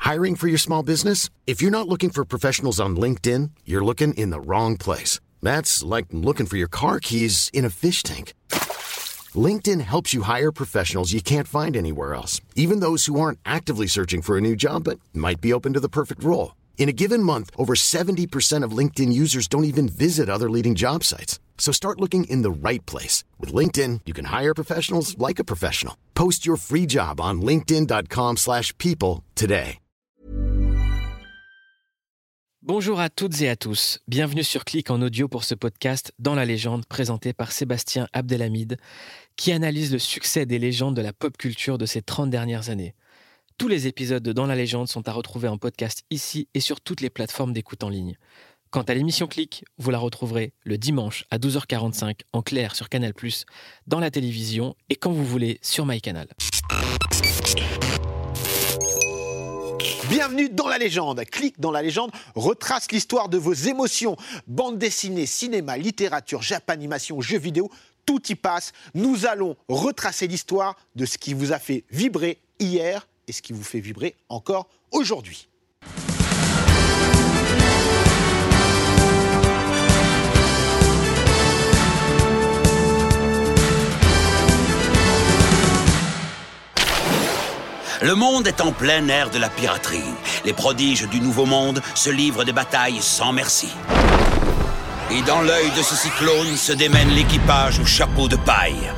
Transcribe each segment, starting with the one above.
Hiring for your small business? If you're not looking for professionals on LinkedIn, you're looking in the wrong place. That's like looking for your car keys in a fish tank. LinkedIn helps you hire professionals you can't find anywhere else, even those who aren't actively searching for a new job but might be open to the perfect role. In a given month, over 70% of LinkedIn users don't even visit other leading job sites. So start looking in the right place. With LinkedIn, you can hire professionals like a professional. Post your free job on linkedin.com/people today. Bonjour à toutes et à tous. Bienvenue sur Click en audio pour ce podcast Dans la légende présenté par Sébastien Abdelhamid qui analyse le succès des légendes de la pop culture de ces 30 dernières années. Tous les épisodes de Dans la légende sont à retrouver en podcast ici et sur toutes les plateformes d'écoute en ligne. Quant à l'émission Click, vous la retrouverez le dimanche à 12h45 en clair sur Canal+, dans la télévision et quand vous voulez sur MyCanal. Bienvenue dans la légende. Click dans la légende retrace l'histoire de vos émotions. Bande dessinée, cinéma, littérature, japanimation, jeux vidéo, tout y passe. Nous allons retracer l'histoire de ce qui vous a fait vibrer hier et ce qui vous fait vibrer encore aujourd'hui. Le monde est en plein air de la piraterie. Les prodiges du Nouveau Monde se livrent des batailles sans merci. Et dans l'œil de ce cyclone se démène l'équipage au chapeau de paille.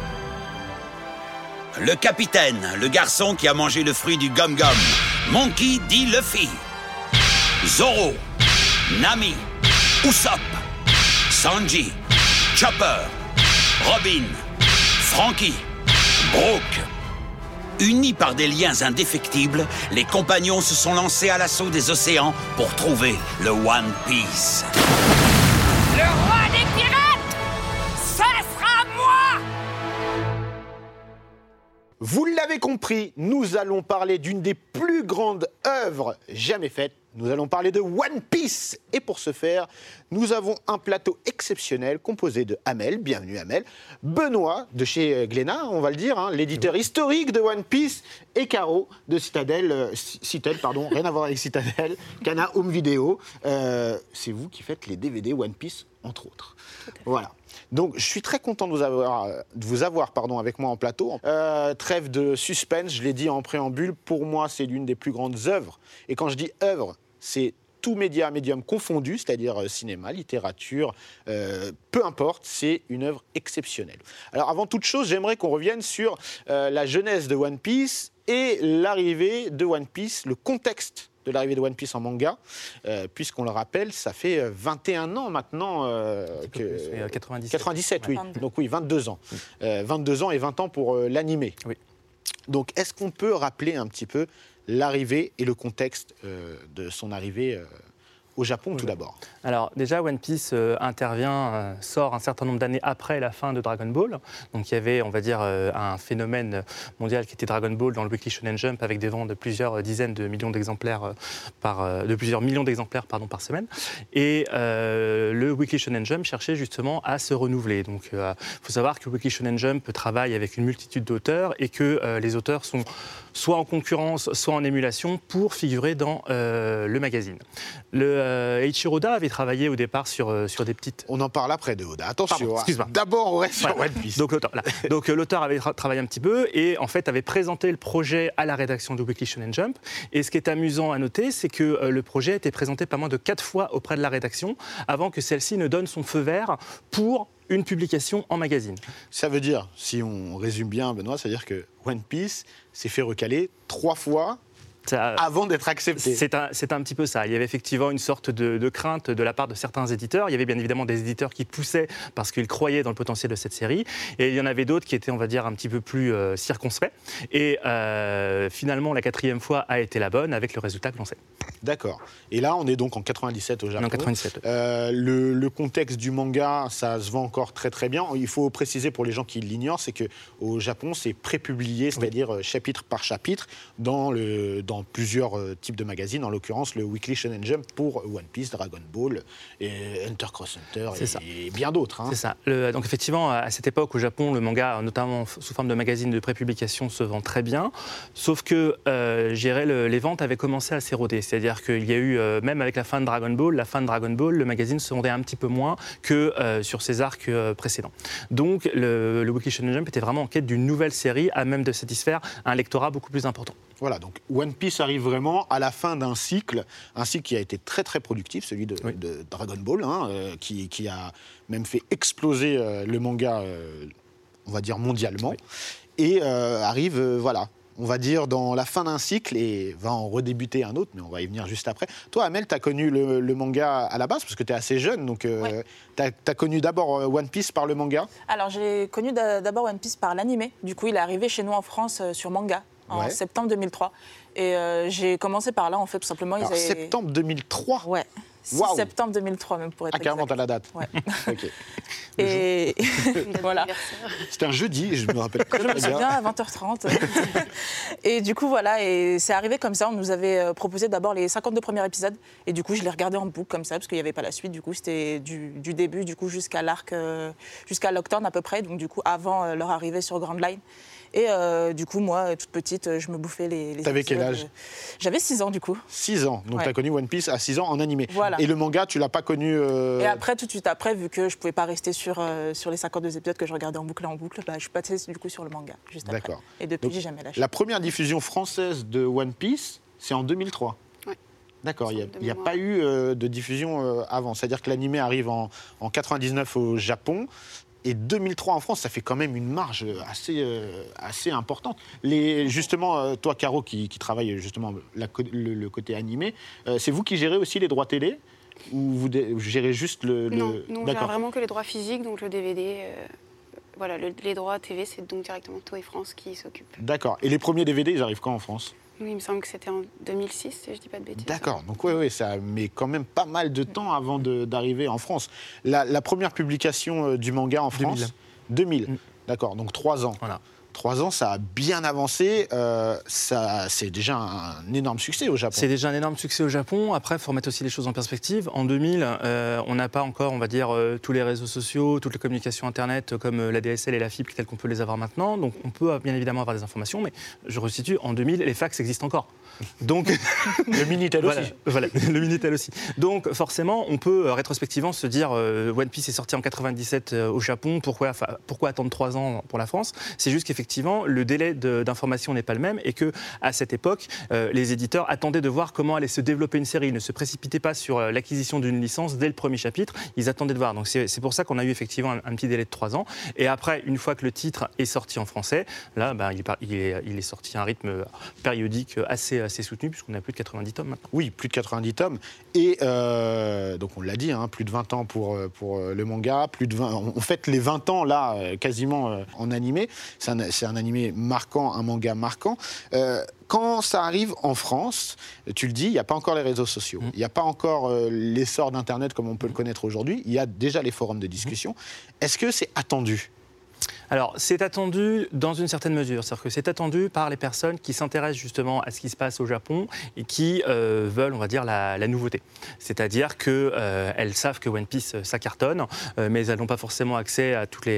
Le capitaine, le garçon qui a mangé le fruit du gum-gum. Monkey D. Luffy. Zoro. Nami. Usopp. Sanji. Chopper. Robin. Franky. Brook. Unis par des liens indéfectibles, les compagnons se sont lancés à l'assaut des océans pour trouver le One Piece. Le roi des pirates, ça sera moi! Vous l'avez compris, nous allons parler d'une des plus grandes œuvres jamais faites. Nous allons parler de One Piece. Et pour ce faire, nous avons un plateau exceptionnel composé de Amel, bienvenue Amel, Benoît de chez Glénat, on va le dire, l'éditeur historique de One Piece, et Caro de Citadel, rien à voir avec Citadel, Kana Home Video. C'est vous qui faites les DVD One Piece, entre autres. Voilà. Donc, je suis très content de vous avoir avec moi en plateau. Trêve de suspense, je l'ai dit en préambule, pour moi, c'est l'une des plus grandes œuvres. Et quand je dis œuvre, c'est tout médium confondu, c'est-à-dire cinéma, littérature, peu importe, c'est une œuvre exceptionnelle. Alors, avant toute chose, j'aimerais qu'on revienne sur la genèse de One Piece et l'arrivée de One Piece, le contexte de l'arrivée de One Piece en manga, puisqu'on le rappelle, ça fait 21 ans maintenant. 97, oui. Donc oui, 22 ans. 22 ans et 20 ans pour l'animé. Oui. Donc, est-ce qu'on peut rappeler un petit peu l'arrivée et le contexte de son arrivée au Japon, tout d'abord? Alors déjà, One Piece sort un certain nombre d'années après la fin de Dragon Ball. Donc il y avait, on va dire, un phénomène mondial qui était Dragon Ball dans le Weekly Shonen Jump avec des ventes de plusieurs dizaines de millions d'exemplaires par semaine. Et le Weekly Shonen Jump cherchait justement à se renouveler. Donc il faut savoir que le Weekly Shonen Jump travaille avec une multitude d'auteurs et que les auteurs sont soit en concurrence, soit en émulation pour figurer dans le magazine. Eiichiro Oda avait travaillé au départ sur des petites... On en parle après de Oda, attention. Pardon, excuse-moi. D'abord, on reste sur One Piece. Donc l'auteur avait travaillé un petit peu et en fait avait présenté le projet à la rédaction du Weekly Shonen Jump. Et ce qui est amusant à noter, c'est que le projet a été présenté pas moins de 4 fois auprès de la rédaction avant que celle-ci ne donne son feu vert pour une publication en magazine. Ça veut dire, si on résume bien, Benoît, ça veut dire que One Piece s'est fait recaler 3 fois avant d'être accepté. C'est un petit peu ça. Il y avait effectivement une sorte de crainte de la part de certains éditeurs. Il y avait bien évidemment des éditeurs qui poussaient parce qu'ils croyaient dans le potentiel de cette série. Et il y en avait d'autres qui étaient, on va dire, un petit peu plus circonspects. Et finalement, la 4e fois a été la bonne avec le résultat que l'on sait. D'accord. Et là, on est donc en 97 au Japon. En 97. Le contexte du manga, ça se vend encore très très bien. Il faut préciser pour les gens qui l'ignorent, c'est qu'au Japon, c'est prépublié, c'est-à-dire chapitre par chapitre, dans dans plusieurs types de magazines, en l'occurrence le Weekly Shonen Jump pour One Piece, Dragon Ball, et Hunter x Hunter et bien d'autres. C'est ça. Donc effectivement, à cette époque au Japon, le manga, notamment sous forme de magazine de prépublication, se vend très bien. Sauf que les ventes avaient commencé à s'éroder. C'est-à-dire qu'il y a eu, même avec la fin de Dragon Ball, le magazine se vendait un petit peu moins que sur ses arcs précédents. Donc le Weekly Shonen Jump était vraiment en quête d'une nouvelle série à même de satisfaire un lectorat beaucoup plus important. Voilà, donc One Piece arrive vraiment à la fin d'un cycle, un cycle qui a été très très productif, celui de Dragon Ball, qui a même fait exploser le manga, on va dire mondialement, et arrive, on va dire dans la fin d'un cycle et va en redébuter un autre, mais on va y venir juste après. Toi, Amel, tu as connu le manga à la base, parce que tu es assez jeune, donc tu as connu d'abord One Piece par le manga? Alors, j'ai connu d'abord One Piece par l'animé. Du coup, il est arrivé chez nous en France sur manga en septembre 2003. Et j'ai commencé par là, en fait, tout simplement. Alors, septembre 2003? Ouais. 6 septembre 2003, même, pour être exact. Carrément, t'as la date. Ouais. Okay. Et voilà. C'était un jeudi, je me rappelle très bien. Je me souviens, à 20h30. Et du coup, voilà, et c'est arrivé comme ça. On nous avait proposé d'abord les 52 premiers épisodes. Et du coup, je les regardais en boucle comme ça, parce qu'il n'y avait pas la suite. Du coup, c'était du début jusqu'à l'arc, jusqu'à Lockdown à peu près. Donc, du coup, avant leur arrivée sur Grand Line. Et du coup, moi, toute petite, je me bouffais les T'avais quel âge? J'avais 6 ans, du coup. 6 ans. Donc, t'as connu One Piece à 6 ans en animé. Voilà. Et le manga, tu l'as pas connu... Et après, tout de suite après, vu que je pouvais pas rester sur les 52 épisodes que je regardais en boucle, je suis passée du coup sur le manga, juste après. D'accord. Et depuis, j'ai jamais lâché. La première diffusion française de One Piece, c'est en 2003. Oui. D'accord, il n'y a pas eu de diffusion avant. C'est-à-dire que l'animé arrive en 99 au Japon. Et 2003 en France, ça fait quand même une marge assez importante. Justement, toi, Caro, qui travaille justement le côté animé, c'est vous qui gérez aussi les droits télé? Ou vous gérez juste Non, on gère vraiment que les droits physiques, donc le DVD. Voilà, les droits TV, c'est donc directement Toei France qui s'occupe. D'accord. Et les premiers DVD, ils arrivent quand en France? Oui, il me semble que c'était en 2006, si je dis pas de bêtises. D'accord, donc oui, ça met quand même pas mal de temps avant d'arriver en France. La première publication du manga en France 2000. D'accord, donc 3 ans. Voilà. 3 ans, ça a bien avancé. C'est déjà un énorme succès au Japon. C'est déjà un énorme succès au Japon. Après, il faut remettre aussi les choses en perspective. En 2000, on n'a pas encore, on va dire, tous les réseaux sociaux, toutes les communications Internet comme la DSL et la fibre telles qu'on peut les avoir maintenant. Donc, on peut bien évidemment avoir des informations, mais je resitue, en 2000, les fax existent encore. Donc, le Minitel aussi. Voilà, le Minitel aussi. Donc, forcément, on peut rétrospectivement se dire One Piece est sorti en 97 au Japon. Pourquoi attendre 3 ans pour la France? C'est juste qu'effectivement, le délai d'information n'est pas le même et qu'à cette époque, les éditeurs attendaient de voir comment allait se développer une série. Ils ne se précipitaient pas sur l'acquisition d'une licence dès le premier chapitre. Ils attendaient de voir. Donc, c'est pour ça qu'on a eu effectivement un petit délai de 3 ans. Et après, une fois que le titre est sorti en français, là, il est sorti à un rythme périodique assez soutenu puisqu'on a plus de 90 tomes maintenant. Oui, plus de 90 tomes. Et donc, on l'a dit, plus de 20 ans pour le manga. On fête les 20 ans, là, quasiment en animé. C'est un animé marquant, un manga marquant. Quand ça arrive en France, tu le dis, il n'y a pas encore les réseaux sociaux. Il n'y a pas encore l'essor d'Internet comme on peut le connaître aujourd'hui. Il y a déjà les forums de discussion. Est-ce que c'est attendu ? Alors, c'est attendu dans une certaine mesure. C'est-à-dire que c'est attendu par les personnes qui s'intéressent justement à ce qui se passe au Japon et qui veulent, on va dire, la nouveauté. C'est-à-dire qu'elles savent que One Piece, ça cartonne, mais elles n'ont pas forcément accès à tous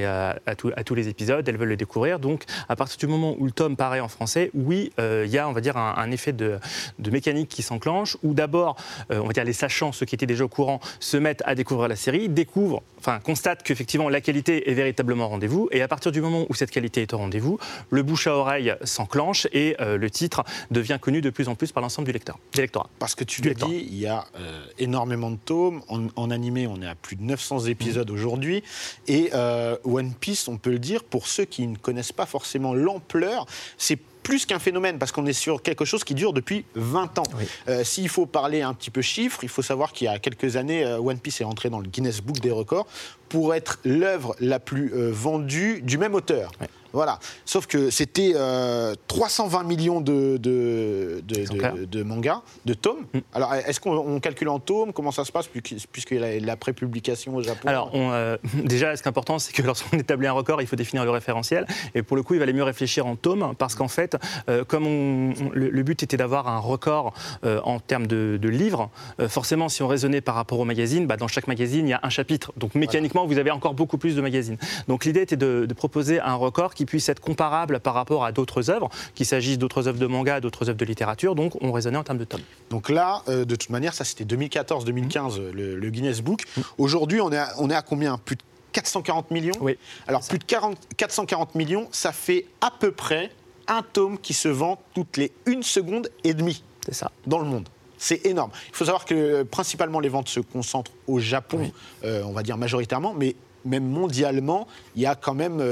les épisodes. Elles veulent le découvrir. Donc, à partir du moment où le tome paraît en français, oui, il y a, on va dire, un effet de mécanique qui s'enclenche, où d'abord, on va dire, les sachants, ceux qui étaient déjà au courant, se mettent à découvrir la série, constatent qu'effectivement, la qualité est véritablement au rendez-vous. Et à partir du moment où cette qualité est au rendez-vous, le bouche à oreille s'enclenche et le titre devient connu de plus en plus par l'ensemble du lectorat. Parce que tu le dis, il y a énormément de tomes. En animé, on est à plus de 900 épisodes aujourd'hui. Et One Piece, on peut le dire, pour ceux qui ne connaissent pas forcément l'ampleur, c'est plus qu'un phénomène, parce qu'on est sur quelque chose qui dure depuis 20 ans. Oui. S'il faut parler un petit peu chiffres, il faut savoir qu'il y a quelques années, One Piece est entré dans le Guinness Book des records pour être l'œuvre la plus vendue du même auteur. Oui. Voilà. Sauf que c'était 320 millions de mangas, de tomes. Alors, est-ce qu'on calcule en tomes? Comment ça se passe, puisqu'il y a la prépublication au Japon? Alors, déjà, ce qui est important, c'est que lorsqu'on établit un record, il faut définir le référentiel. Et pour le coup, il valait mieux réfléchir en tomes, parce qu'en fait, comme le but était d'avoir un record en termes de livres, forcément, si on raisonnait par rapport au magazine, dans chaque magazine, il y a un chapitre. Donc, mécaniquement, vous avez encore beaucoup plus de magazines. Donc, l'idée était de proposer un record qui puisse être comparable par rapport à d'autres œuvres, qu'il s'agisse d'autres œuvres de manga, d'autres œuvres de littérature. Donc, on raisonnait en termes de tomes. Donc là, de toute manière, ça c'était 2014-2015, le Guinness Book. Aujourd'hui, on est à combien? Plus de 440 millions? Oui. Alors, plus de 440 millions, ça fait à peu près un tome qui se vend toutes les 1 seconde et demie. C'est ça. Dans le monde. C'est énorme. Il faut savoir que principalement les ventes se concentrent au Japon, on va dire majoritairement, mais même mondialement, il y a quand même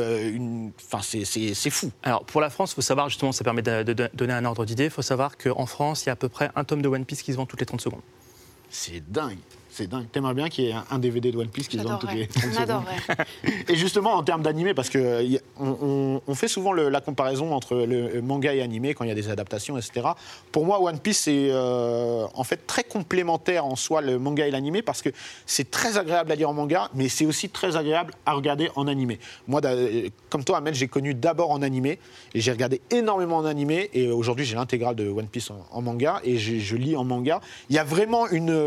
c'est fou. Alors pour la France, il faut savoir, justement, ça permet de donner un ordre d'idée, il faut savoir qu'en France, il y a à peu près un tome de One Piece qui se vend toutes les 30 secondes. C'est dingue. C'est dingue. T'aimerais bien qu'il y ait un DVD de One Piece qui se vende toutes les 30 secondes. On adorerait. Et justement, en termes d'animé, parce qu'on fait souvent la comparaison entre le manga et animé quand il y a des adaptations, etc. Pour moi, One Piece, c'est en fait très complémentaire en soi, le manga et l'animé, parce que c'est très agréable à lire en manga, mais c'est aussi très agréable à regarder en animé. Moi, comme toi, Amel, j'ai connu d'abord en animé, et j'ai regardé énormément en animé, et aujourd'hui, j'ai l'intégrale de One Piece en manga, et je lis en manga. Il y a vraiment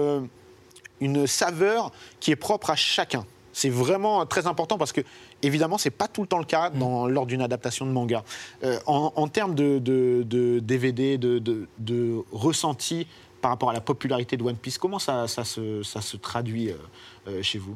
une saveur qui est propre à chacun. C'est vraiment très important parce que, évidemment, ce n'est pas tout le temps le cas lors d'une adaptation de manga. En termes de DVD, de ressenti par rapport à la popularité de One Piece, comment ça se traduit chez vous?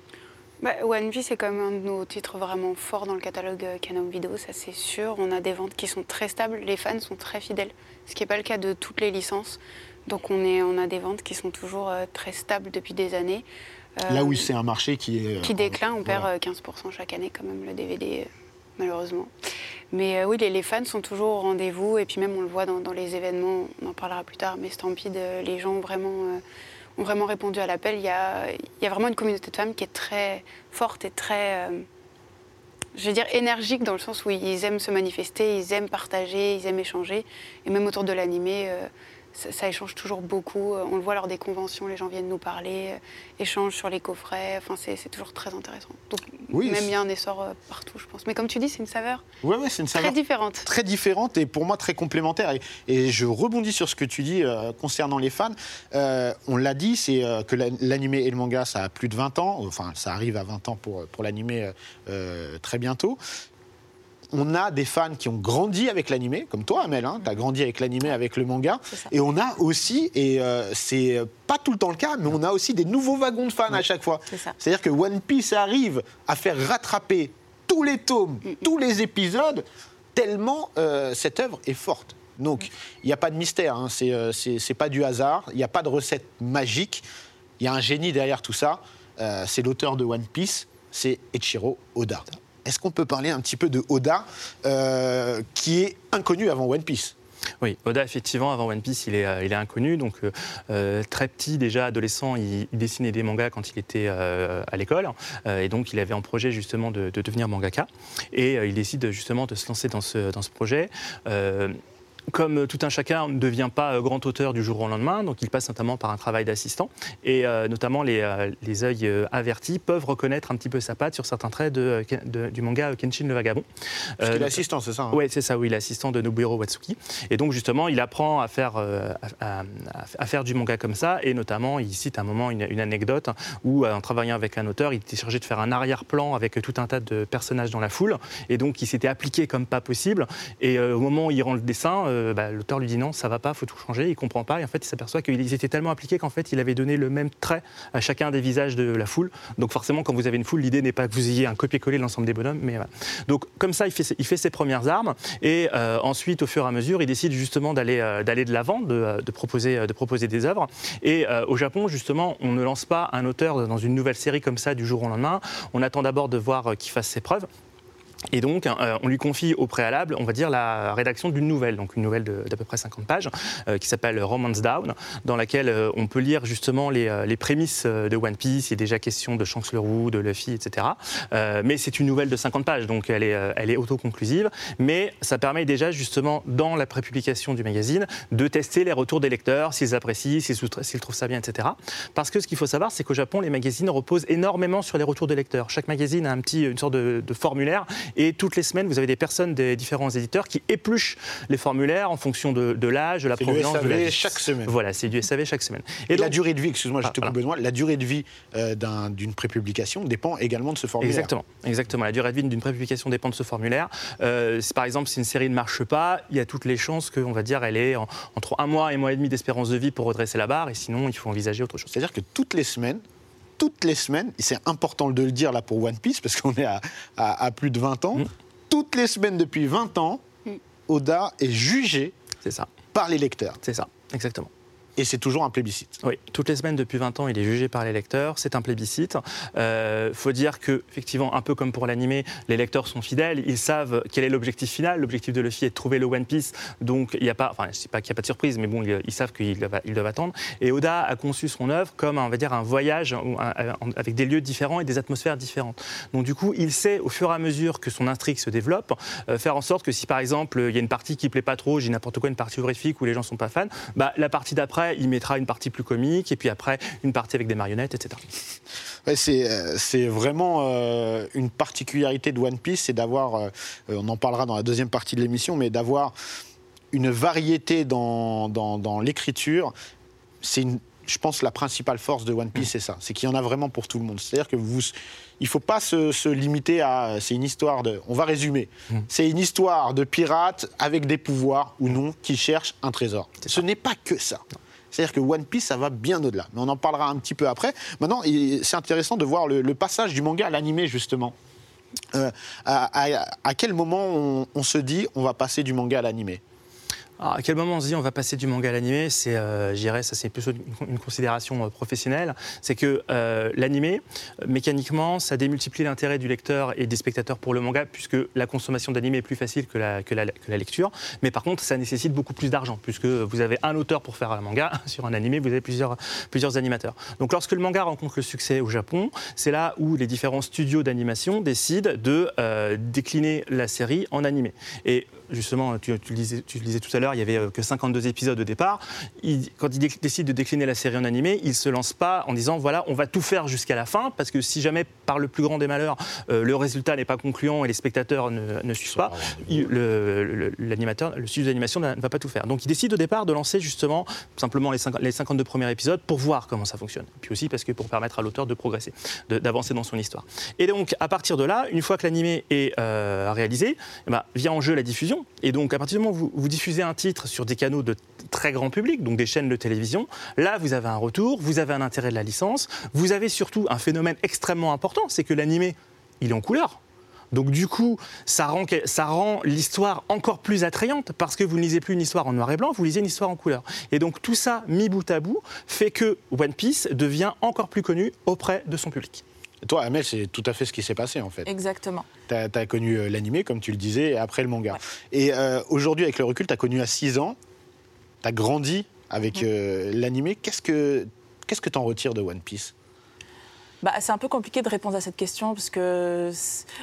One Piece est quand même un de nos titres vraiment forts dans le catalogue Canon Video, ça c'est sûr. On a des ventes qui sont très stables, les fans sont très fidèles, ce qui n'est pas le cas de toutes les licences. Donc on a des ventes qui sont toujours très stables depuis des années. Là où c'est un marché qui décline, on perd 15% chaque année quand même le DVD, malheureusement. Mais oui, les fans sont toujours au rendez-vous, et puis même on le voit dans les événements, on en parlera plus tard, mais Stampede, les gens ont vraiment répondu à l'appel. Il y a vraiment une communauté de fans qui est très forte et très, je veux dire, énergique, dans le sens où ils aiment se manifester, ils aiment partager, ils aiment échanger. Et même autour de l'animé, ça échange toujours beaucoup. On le voit lors des conventions, les gens viennent nous parler, échangent sur les coffrets. Enfin, c'est toujours très intéressant. Donc, même il y a un essor partout, je pense. Mais comme tu dis, c'est une saveur, c'est une saveur très différente. Très différente et pour moi très complémentaire. Et je rebondis sur ce que tu dis concernant les fans. On l'a dit, c'est que l'animé et le manga, ça a plus de 20 ans. Enfin, ça arrive à 20 ans pour l'animé très bientôt. On a des fans qui ont grandi avec l'animé, comme toi, Amel, tu as grandi avec l'animé, avec le manga. Et on a aussi, et c'est pas tout le temps le cas, mais on a aussi des nouveaux wagons de fans à chaque fois. C'est-à-dire que One Piece arrive à faire rattraper tous les tomes, tous les épisodes, tellement cette œuvre est forte. Donc, il n'y a pas de mystère, c'est pas du hasard, il n'y a pas de recette magique, il y a un génie derrière tout ça. C'est l'auteur de One Piece, c'est Eiichiro Oda. Est-ce qu'on peut parler un petit peu de Oda, qui est inconnu avant One Piece? Oui, Oda, effectivement, avant One Piece, il est inconnu. Donc, très petit, déjà, adolescent, il dessinait des mangas quand il était à l'école. Et donc, il avait en projet, justement, de devenir mangaka. Et il décide, justement, de se lancer dans ce projet. Comme tout un chacun, on ne devient pas grand auteur du jour au lendemain, donc il passe notamment par un travail d'assistant. Et notamment, les œils avertis peuvent reconnaître un petit peu sa patte sur certains traits du manga Kenshin le Vagabond. Parce qu'il est assistant, c'est ça, hein? Oui, c'est ça, oui, l'assistant de Nobuhiro Watsuki. Et donc, justement, il apprend à faire du manga comme ça. Et notamment, il cite à un moment une anecdote où, en travaillant avec un auteur, il était chargé de faire un arrière-plan avec tout un tas de personnages dans la foule. Et donc, il s'était appliqué comme pas possible. Et au moment où il rend le dessin, l'auteur lui dit non, ça va pas, faut tout changer. Il comprend pas et en fait il s'aperçoit qu'ils étaient tellement appliqués qu'en fait il avait donné le même trait à chacun des visages de la foule. Donc forcément quand vous avez une foule, l'idée n'est pas que vous ayez un copier-coller de l'ensemble des bonhommes, mais voilà. Donc comme ça il fait ses premières armes et ensuite au fur et à mesure il décide justement d'aller de l'avant, de proposer des œuvres. Et au Japon justement on ne lance pas un auteur dans une nouvelle série comme ça du jour au lendemain. On attend d'abord de voir qu'il fasse ses preuves. Et donc, on lui confie au préalable, on va dire, la rédaction d'une nouvelle, donc une nouvelle d'à peu près 50 pages, qui s'appelle Romance Down, dans laquelle on peut lire justement les prémices de One Piece. Il est déjà question de Shanks le Roux, de Luffy, etc. Mais c'est une nouvelle de 50 pages, donc elle est autoconclusive. Mais ça permet déjà justement, dans la prépublication du magazine, de tester les retours des lecteurs, s'ils apprécient, s'ils trouvent ça bien, etc. Parce que ce qu'il faut savoir, c'est qu'au Japon, les magazines reposent énormément sur les retours des lecteurs. Chaque magazine a une sorte de formulaire. Et toutes les semaines, vous avez des personnes des différents éditeurs qui épluchent les formulaires en fonction de l'âge, de la provenance. C'est du SAV chaque semaine. Voilà, c'est du SAV chaque semaine. Et donc, la durée de vie, excuse-moi, je te coupe Benoît, la durée de vie d'une prépublication dépend également de ce formulaire. Exactement. La durée de vie d'une prépublication dépend de ce formulaire. Par exemple, si une série ne marche pas, il y a toutes les chances qu'on va dire elle ait entre 1 mois et 1 mois et demi d'espérance de vie pour redresser la barre, et sinon, il faut envisager autre chose. C'est-à-dire que toutes les semaines, et c'est important de le dire là pour One Piece, parce qu'on est à plus de 20 ans, toutes les semaines depuis 20 ans, Oda est jugé par les lecteurs. C'est ça, exactement. Et c'est toujours un plébiscite. Oui, toutes les semaines depuis 20 ans, il est jugé par les lecteurs. C'est un plébiscite. Faut dire que, effectivement, un peu comme pour l'animé, les lecteurs sont fidèles. Ils savent quel est l'objectif final. L'objectif de Luffy est de trouver le One Piece. Donc, il n'y a pas, enfin, je ne sais pas qu'il n'y a pas de surprise, mais bon, ils savent qu'ils doivent attendre. Et Oda a conçu son œuvre comme, on va dire, un voyage avec des lieux différents et des atmosphères différentes. Donc, du coup, il sait, au fur et à mesure que son intrigue se développe, faire en sorte que si, par exemple, il y a une partie qui ne plaît pas trop, j'ai n'importe quoi, une partie horrifique où les gens ne sont pas fans, la partie d'après, il mettra une partie plus comique, et puis après, une partie avec des marionnettes, etc. Ouais, c'est vraiment une particularité de One Piece, c'est d'avoir, on en parlera dans la deuxième partie de l'émission, mais d'avoir une variété dans l'écriture. C'est je pense la principale force de One Piece, c'est ça. C'est qu'il y en a vraiment pour tout le monde. C'est-à-dire que il ne faut pas se limiter à... C'est une histoire de... On va résumer. C'est une histoire de pirates avec des pouvoirs ou non qui cherchent un trésor. Ce n'est pas que ça. C'est-à-dire que One Piece, ça va bien au-delà. Mais on en parlera un petit peu après. Maintenant, c'est intéressant de voir le passage du manga à l'animé, justement. À quel moment on se dit on va passer du manga à l'animé ? Alors, à quel moment on se dit on va passer du manga à l'animé ? C'est, je dirais, ça c'est plus une considération professionnelle. C'est que l'animé, mécaniquement, ça démultiplie l'intérêt du lecteur et des spectateurs pour le manga, puisque la consommation d'animé est plus facile que la lecture. Mais par contre, ça nécessite beaucoup plus d'argent, puisque vous avez un auteur pour faire un manga. Sur un animé, vous avez plusieurs animateurs. Donc lorsque le manga rencontre le succès au Japon, c'est là où les différents studios d'animation décident de décliner la série en animé. Et justement, tu le disais tout à l'heure, il n'y avait que 52 épisodes au départ. Quand il décide de décliner la série en animé, il ne se lance pas en disant voilà, on va tout faire jusqu'à la fin, parce que si jamais, par le plus grand des malheurs, le résultat n'est pas concluant et les spectateurs ne suivent pas, l'animateur, le studio d'animation ne va pas tout faire. Donc il décide au départ de lancer justement simplement les 52 premiers épisodes pour voir comment ça fonctionne. Puis aussi parce que pour permettre à l'auteur de progresser, d'avancer dans son histoire. Et donc à partir de là, une fois que l'animé est réalisé, vient en jeu la diffusion. Et donc, à partir du moment où vous diffusez un titre sur des canaux de très grand public, donc des chaînes de télévision, là, vous avez un retour, vous avez un intérêt de la licence, vous avez surtout un phénomène extrêmement important, c'est que l'animé, il est en couleur. Donc du coup, ça rend l'histoire encore plus attrayante, parce que vous ne lisez plus une histoire en noir et blanc, vous lisez une histoire en couleur. Et donc tout ça, mis bout à bout, fait que One Piece devient encore plus connu auprès de son public. Toi, Amel, c'est tout à fait ce qui s'est passé, en fait. Exactement. Tu as connu l'animé, comme tu le disais, et après le manga. Ouais. Et aujourd'hui, avec le recul, tu as connu à 6 ans, tu as grandi avec l'animé. Qu'est-ce que tu en retires de One Piece ? C'est un peu compliqué de répondre à cette question, parce que,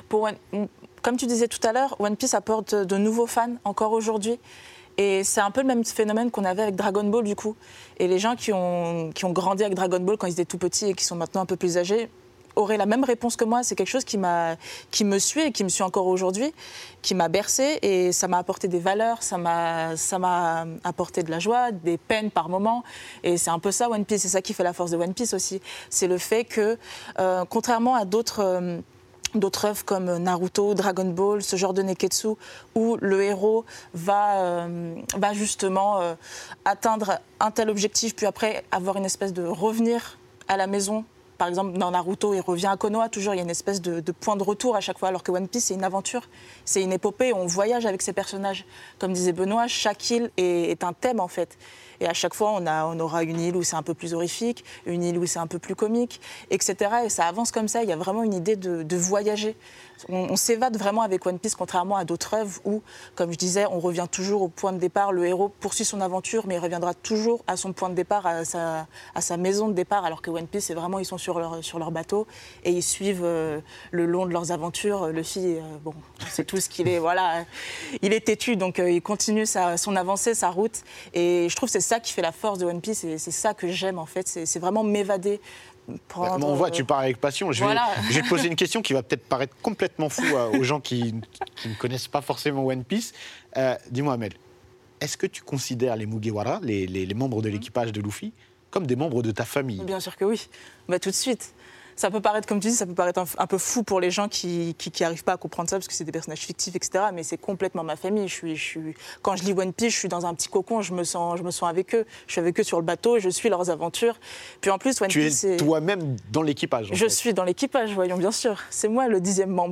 comme tu disais tout à l'heure, One Piece apporte de nouveaux fans, encore aujourd'hui. Et c'est un peu le même phénomène qu'on avait avec Dragon Ball, du coup. Et les gens qui ont grandi avec Dragon Ball quand ils étaient tout petits et qui sont maintenant un peu plus âgés, aurait la même réponse que moi. C'est quelque chose qui me suit et qui me suit encore aujourd'hui, qui m'a bercée, et ça m'a apporté des valeurs, ça m'a apporté de la joie, des peines par moments. Et c'est un peu ça, One Piece. C'est ça qui fait la force de One Piece aussi. C'est le fait que, contrairement à d'autres œuvres comme Naruto, Dragon Ball, ce genre de neketsu, où le héros va justement atteindre un tel objectif, puis après avoir une espèce de revenir à la maison. Par exemple, dans Naruto, il revient à Konoha, toujours, il y a une espèce de point de retour à chaque fois, alors que One Piece, c'est une aventure, c'est une épopée, on voyage avec ces personnages. Comme disait Benoît, chaque île est un thème, en fait. Et à chaque fois, on aura une île où c'est un peu plus horrifique, une île où c'est un peu plus comique, etc. Et ça avance comme ça. Il y a vraiment une idée de voyager. On s'évade vraiment avec One Piece, contrairement à d'autres œuvres où, comme je disais, on revient toujours au point de départ. Le héros poursuit son aventure, mais il reviendra toujours à son point de départ, à sa maison de départ, alors que One Piece, c'est vraiment, ils sont sur leur bateau et ils suivent le long de leurs aventures. Luffy, bon, on sait tous qu'il est, voilà, il est têtu, donc il continue son avancée, sa route. Et je trouve que c'est ça qui fait la force de One Piece, et c'est ça que j'aime, en fait. C'est vraiment m'évader. On voit, tu parles avec passion. Je vais te poser une question qui va peut-être paraître complètement fou aux gens qui ne connaissent pas forcément One Piece. Dis-moi, Amel, est-ce que tu considères les Mugiwara, les membres de l'équipage de Luffy, comme des membres de ta famille ? Bien sûr que oui, tout de suite. Ça peut paraître, comme tu dis, ça peut paraître un peu fou pour les gens qui n'arrivent pas à comprendre ça, parce que c'est des personnages fictifs, etc. Mais c'est complètement ma famille. Quand je lis One Piece, je suis dans un petit cocon, je me sens avec eux. Je suis avec eux sur le bateau, je suis leurs aventures. Puis en plus, One Piece, tu es toi-même dans l'équipage. Je suis dans l'équipage, voyons, bien sûr. C'est moi le 10e membre.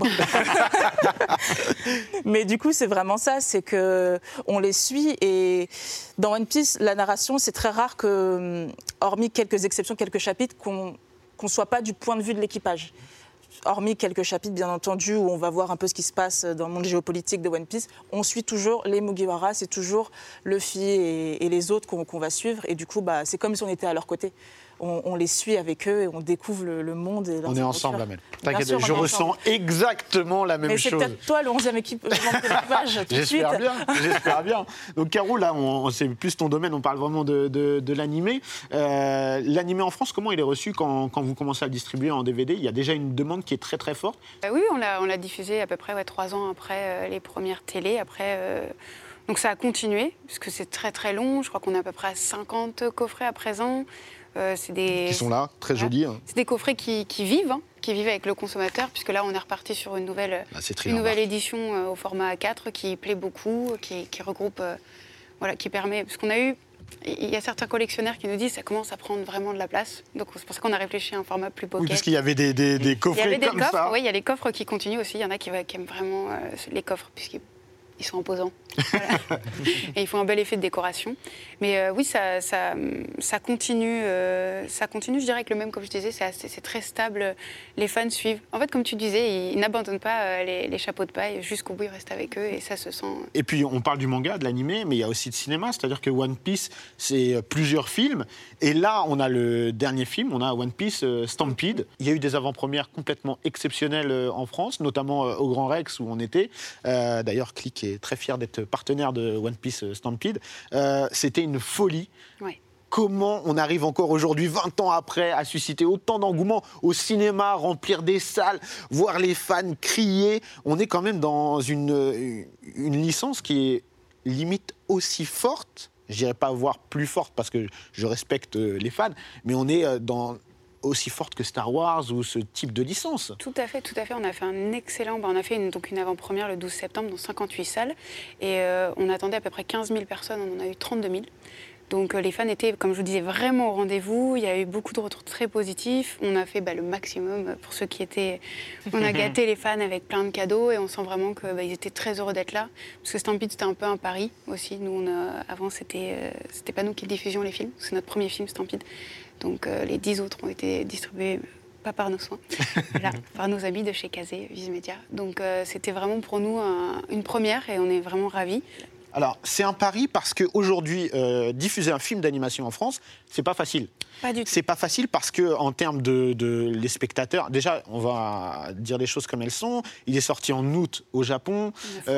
Mais du coup, c'est vraiment ça, c'est qu'on les suit. Et dans One Piece, la narration, c'est très rare que, hormis quelques exceptions, quelques chapitres, qu'on ne soit pas du point de vue de l'équipage. Hormis quelques chapitres, bien entendu, où on va voir un peu ce qui se passe dans le monde géopolitique de One Piece, on suit toujours les Mugiwara, c'est toujours Luffy et les autres qu'on va suivre. Et du coup, c'est comme si on était à leur côté. On les suit avec eux et on découvre le monde. Et on est ensemble, Amel. T'inquiète, je ressens exactement la même chose. Mais c'est peut-être toi le 11e membre de l'équipage, tout de suite. J'espère bien. Donc, Caro, là, c'est plus ton domaine, on parle vraiment de l'animé. L'animé en France, comment il est reçu quand vous commencez à le distribuer en DVD ? Il y a déjà une demande qui est très, très forte. Oui, on l'a diffusé à peu près 3 ans après les premières télés. Donc, ça a continué, puisque c'est très, très long. Je crois qu'on est à peu près à 50 coffrets à présent. Qui sont là, très jolis. Hein. C'est des coffrets qui vivent avec le consommateur, puisque là, on est reparti sur une nouvelle édition au format A4 qui plaît beaucoup, qui regroupe, qui permet... Parce qu'on a eu... Il y a certains collectionneurs qui nous disent que ça commence à prendre vraiment de la place. Donc, c'est pour ça qu'on a réfléchi à un format plus pocket. Oui, parce qu'il y avait des coffrets comme ça. Oui, il y a les coffres qui continuent aussi. Il y en a qui aiment vraiment les coffres, puisqu'ils sont imposants. Voilà. Et ils font un bel effet de décoration. Mais oui, ça continue. Ça continue, je dirais, avec le même, comme je disais, c'est très stable. Les fans suivent. En fait, comme tu disais, ils n'abandonnent pas les chapeaux de paille. Jusqu'au bout, ils restent avec eux et ça se sent... Et puis, on parle du manga, de l'animé, mais il y a aussi de cinéma. C'est-à-dire que One Piece, c'est plusieurs films. Et là, on a le dernier film, on a One Piece Stampede. Il y a eu des avant-premières complètement exceptionnelles en France, notamment au Grand Rex où on était. D'ailleurs, Click est très fier d'être partenaire de One Piece Stampede. C'était une folie. Ouais. Comment on arrive encore aujourd'hui, 20 ans après, à susciter autant d'engouement au cinéma, remplir des salles, voir les fans crier. On est quand même dans une licence qui est limite aussi forte. Je dirais pas voire plus forte parce que je respecte les fans, mais on est aussi forte que Star Wars ou ce type de licence. Tout à fait. On a fait un excellent... on a fait une avant-première le 12 septembre dans 58 salles et on attendait à peu près 15 000 personnes, on en a eu 32 000. Donc les fans étaient, comme je vous disais, vraiment au rendez-vous. Il y a eu beaucoup de retours très positifs. On a fait le maximum pour ceux qui étaient... On a gâté les fans avec plein de cadeaux et on sent vraiment qu'ils étaient très heureux d'être là. Parce que Stampede, c'était un peu un pari aussi. Nous, avant, c'était pas nous qui diffusions les films. C'est notre premier film, Stampede. Donc les 10 autres ont été distribués... pas par nos soins, là, par nos amis de chez Kazé, Viz Media. Donc c'était vraiment pour nous une première et on est vraiment ravis. Alors, c'est un pari parce qu'aujourd'hui, diffuser un film d'animation en France, c'est pas facile. Pas du tout. C'est pas facile parce qu'en termes de les spectateurs, déjà, on va dire les choses comme elles sont. Il est sorti en août au Japon.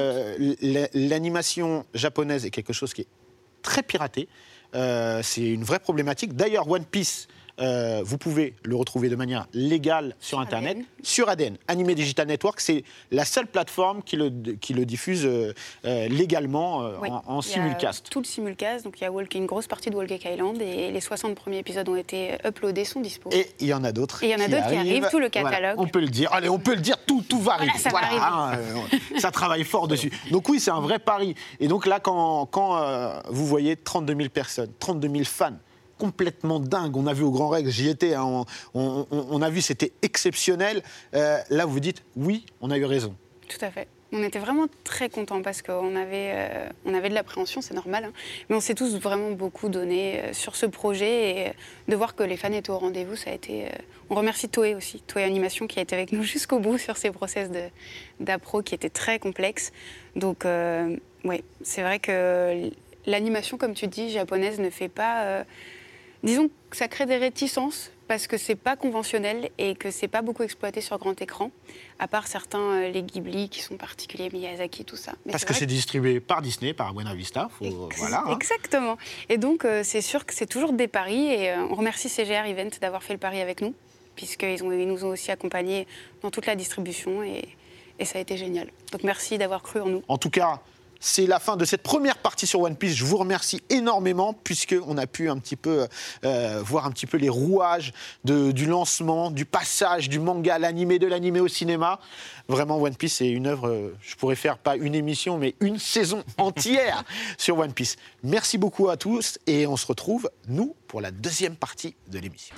L'animation japonaise est quelque chose qui est très piraté. C'est une vraie problématique. D'ailleurs, One Piece... vous pouvez le retrouver de manière légale sur Internet, sur ADN. Anime Digital Network, c'est la seule plateforme qui le diffuse légalement en simulcast. Il y a tout le simulcast, donc il y a une grosse partie de Walgate Island et les 60 premiers épisodes ont été uploadés, sont dispo. Et il y en a d'autres. Et il y en a d'autres qui arrivent, tout le catalogue. Voilà, on peut le dire. Allez, on peut le dire, tout va arriver. Ça travaille fort dessus. Donc oui, c'est un vrai pari. Et donc là, quand vous voyez 32 000 personnes, 32 000 fans, complètement dingue. On a vu au Grand Rex, j'y étais, hein, on a vu, c'était exceptionnel. Là, vous vous dites, oui, on a eu raison. Tout à fait. On était vraiment très contents parce qu'on avait, on avait de l'appréhension, c'est normal, hein, mais on s'est tous vraiment beaucoup donné sur ce projet et de voir que les fans étaient au rendez-vous, ça a été... On remercie Toei aussi, Toei Animation qui a été avec nous jusqu'au bout sur ces process d'appro qui étaient très complexes. Donc oui, c'est vrai que l'animation, comme tu dis, japonaise ne fait pas... disons que ça crée des réticences parce que c'est pas conventionnel et que c'est pas beaucoup exploité sur grand écran, à part certains, les Ghibli qui sont particuliers, Miyazaki, tout ça. Mais Parce que c'est distribué par Disney, par Buena Vista. Voilà, hein. Exactement. Et donc, c'est sûr que c'est toujours des paris et on remercie CGR Event d'avoir fait le pari avec nous, puisqu'ils nous ont aussi accompagnés dans toute la distribution et ça a été génial. Donc merci d'avoir cru en nous. En tout cas, c'est la fin de cette première partie sur One Piece. Je vous remercie énormément puisqu'on a pu un petit peu voir un petit peu les rouages du lancement, du passage du manga à l'animé, de l'animé au cinéma. Vraiment, One Piece, c'est une œuvre, je pourrais faire pas une émission, mais une saison entière sur One Piece. Merci beaucoup à tous et on se retrouve, nous, pour la deuxième partie de l'émission.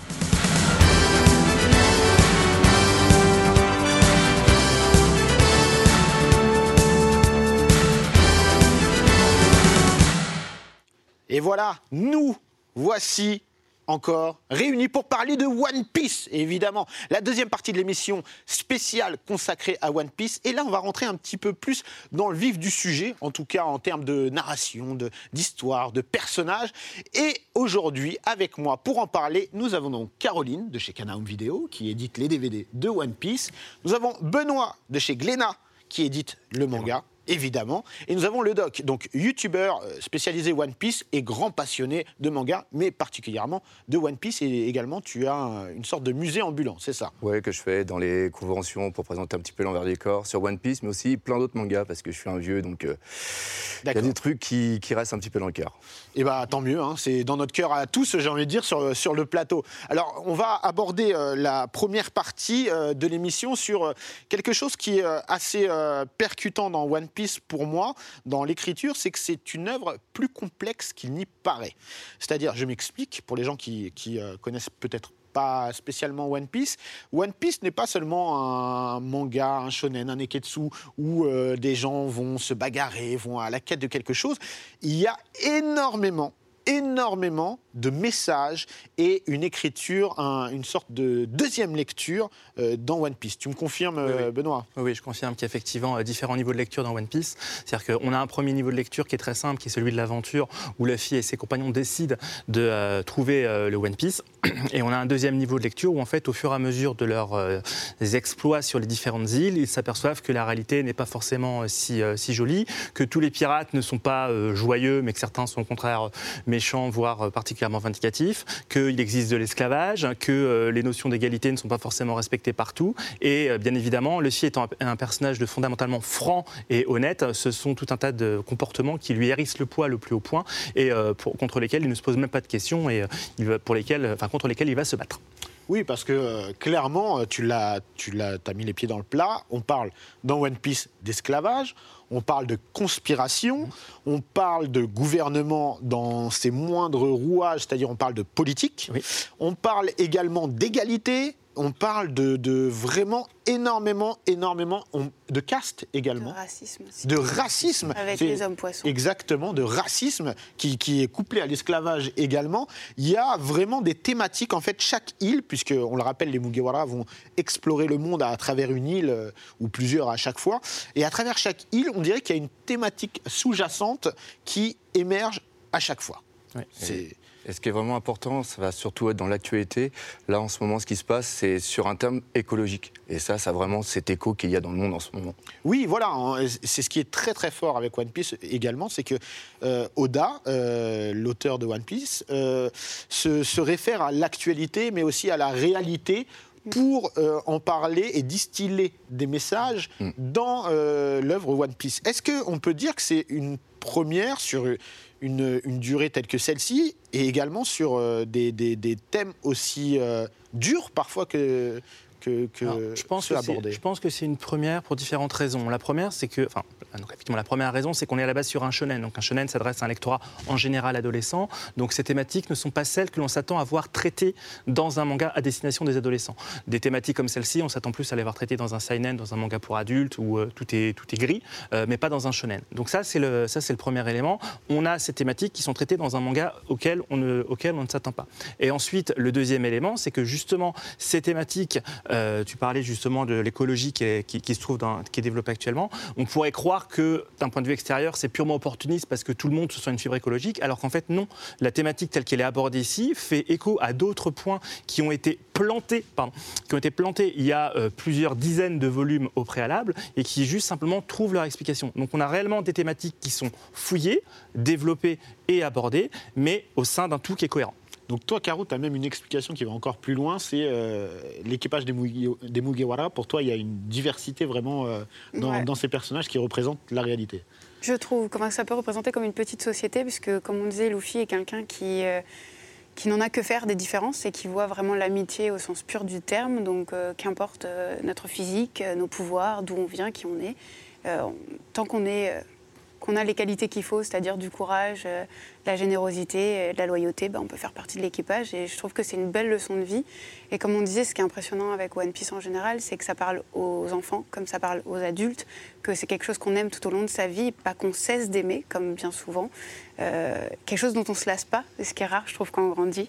Et voilà, nous voici encore réunis pour parler de One Piece, évidemment. La deuxième partie de l'émission spéciale consacrée à One Piece. Et là, on va rentrer un petit peu plus dans le vif du sujet, en tout cas en termes de narration, d'histoire, de personnages. Et aujourd'hui, avec moi, pour en parler, nous avons donc Caroline de chez Kana Home Video, qui édite les DVD de One Piece. Nous avons Benoît de chez Glénat, qui édite le manga. Évidemment. Et nous avons le Doc, donc youtubeur spécialisé One Piece et grand passionné de manga, mais particulièrement de One Piece. Et également, tu as une sorte de musée ambulant, c'est ça? Oui, que je fais dans les conventions pour présenter un petit peu l'envers du décor sur One Piece, mais aussi plein d'autres mangas, parce que je suis un vieux, donc il y a des trucs qui restent un petit peu dans le cœur. Et bien, tant mieux, hein, c'est dans notre cœur à tous, j'ai envie de dire, sur le plateau. Alors, on va aborder la première partie de l'émission sur quelque chose qui est assez percutant dans One Piece pour moi, dans l'écriture, c'est que c'est une œuvre plus complexe qu'il n'y paraît. C'est-à-dire, je m'explique, pour les gens qui connaissent peut-être pas spécialement One Piece. One Piece n'est pas seulement un manga, un shonen, un neketsu où des gens vont se bagarrer, vont à la quête de quelque chose. Il y a énormément de messages et une écriture, une sorte de deuxième lecture dans One Piece. Tu me confirmes, oui. Benoît? Oui, je confirme qu'il y a effectivement différents niveaux de lecture dans One Piece. C'est-à-dire qu'on a un premier niveau de lecture qui est très simple, qui est celui de l'aventure, où Luffy et ses compagnons décident de trouver le One Piece. Et on a un deuxième niveau de lecture où, en fait, au fur et à mesure de leurs exploits sur les différentes îles, ils s'aperçoivent que la réalité n'est pas forcément si jolie, que tous les pirates ne sont pas joyeux, mais que certains sont au contraire méchants, voire particulièrement vindicatifs, qu'il existe de l'esclavage, que les notions d'égalité ne sont pas forcément respectées partout. Et bien évidemment, Luffy étant un personnage de fondamentalement franc et honnête, ce sont tout un tas de comportements qui lui hérissent le poil au plus haut point et contre lesquels il ne se pose même pas de questions et contre lesquels il va se battre. Oui, parce que clairement, t'as mis les pieds dans le plat. On parle dans One Piece d'esclavage, on parle de conspiration, on parle de gouvernement dans ses moindres rouages, c'est-à-dire on parle de politique, oui. On parle également d'égalité, on parle de vraiment énormément de caste également. De racisme aussi. De racisme. Avec les hommes poissons. Exactement, de racisme qui est couplé à l'esclavage également. Il y a vraiment des thématiques. En fait, chaque île, puisqu'on le rappelle, les Mugiwara vont explorer le monde à travers une île ou plusieurs à chaque fois. Et à travers chaque île, on dirait qu'il y a une thématique sous-jacente qui émerge à chaque fois. Oui. Et ce qui est vraiment important, ça va surtout être dans l'actualité. Là, en ce moment, ce qui se passe, c'est sur un terme écologique. Et ça vraiment cet écho qu'il y a dans le monde en ce moment. Oui, voilà. C'est ce qui est très, très fort avec One Piece également, c'est que Oda, l'auteur de One Piece, se réfère à l'actualité, mais aussi à la réalité pour en parler et distiller des messages dans l'œuvre One Piece. Est-ce qu'on peut dire que c'est une première sur une durée telle que celle-ci et également sur des thèmes aussi durs parfois que je pense que c'est une première pour différentes raisons. La première, c'est que, Donc effectivement, la première raison, c'est qu'on est à la base sur un shonen. Donc un shonen s'adresse à un lectorat en général adolescent. Donc ces thématiques ne sont pas celles que l'on s'attend à voir traitées dans un manga à destination des adolescents. Des thématiques comme celle-ci, on s'attend plus à les voir traitées dans un seinen, dans un manga pour adultes où tout est gris, mais pas dans un shonen. Donc ça, c'est le premier élément. On a ces thématiques qui sont traitées dans un manga auquel on ne s'attend pas. Et ensuite, le deuxième élément, c'est que justement, ces thématiques, tu parlais justement de l'écologie qui est développée actuellement, on pourrait croire que, d'un point de vue extérieur, c'est purement opportuniste parce que tout le monde se sent une fibre écologique, alors qu'en fait, non. La thématique telle qu'elle est abordée ici fait écho à d'autres points qui ont été plantés il y a plusieurs dizaines de volumes au préalable et qui juste simplement trouvent leur explication. Donc on a réellement des thématiques qui sont fouillées, développées et abordées, mais au sein d'un tout qui est cohérent. Donc toi, Caro, tu as même une explication qui va encore plus loin, c'est l'équipage des Mugiwara. Pour toi, il y a une diversité vraiment dans ces personnages qui représentent la réalité. Je trouve, comment ça peut représenter comme une petite société, puisque comme on disait, Luffy est quelqu'un qui n'en a que faire des différences et qui voit vraiment l'amitié au sens pur du terme. Donc qu'importe notre physique, nos pouvoirs, d'où on vient, qui on est, tant qu'on a les qualités qu'il faut, c'est-à-dire du courage, de la générosité, de la loyauté, on peut faire partie de l'équipage. Et je trouve que c'est une belle leçon de vie. Et comme on disait, ce qui est impressionnant avec One Piece en général, c'est que ça parle aux enfants comme ça parle aux adultes, que c'est quelque chose qu'on aime tout au long de sa vie, et pas qu'on cesse d'aimer, comme bien souvent. Quelque chose dont on ne se lasse pas, ce qui est rare, je trouve, quand on grandit.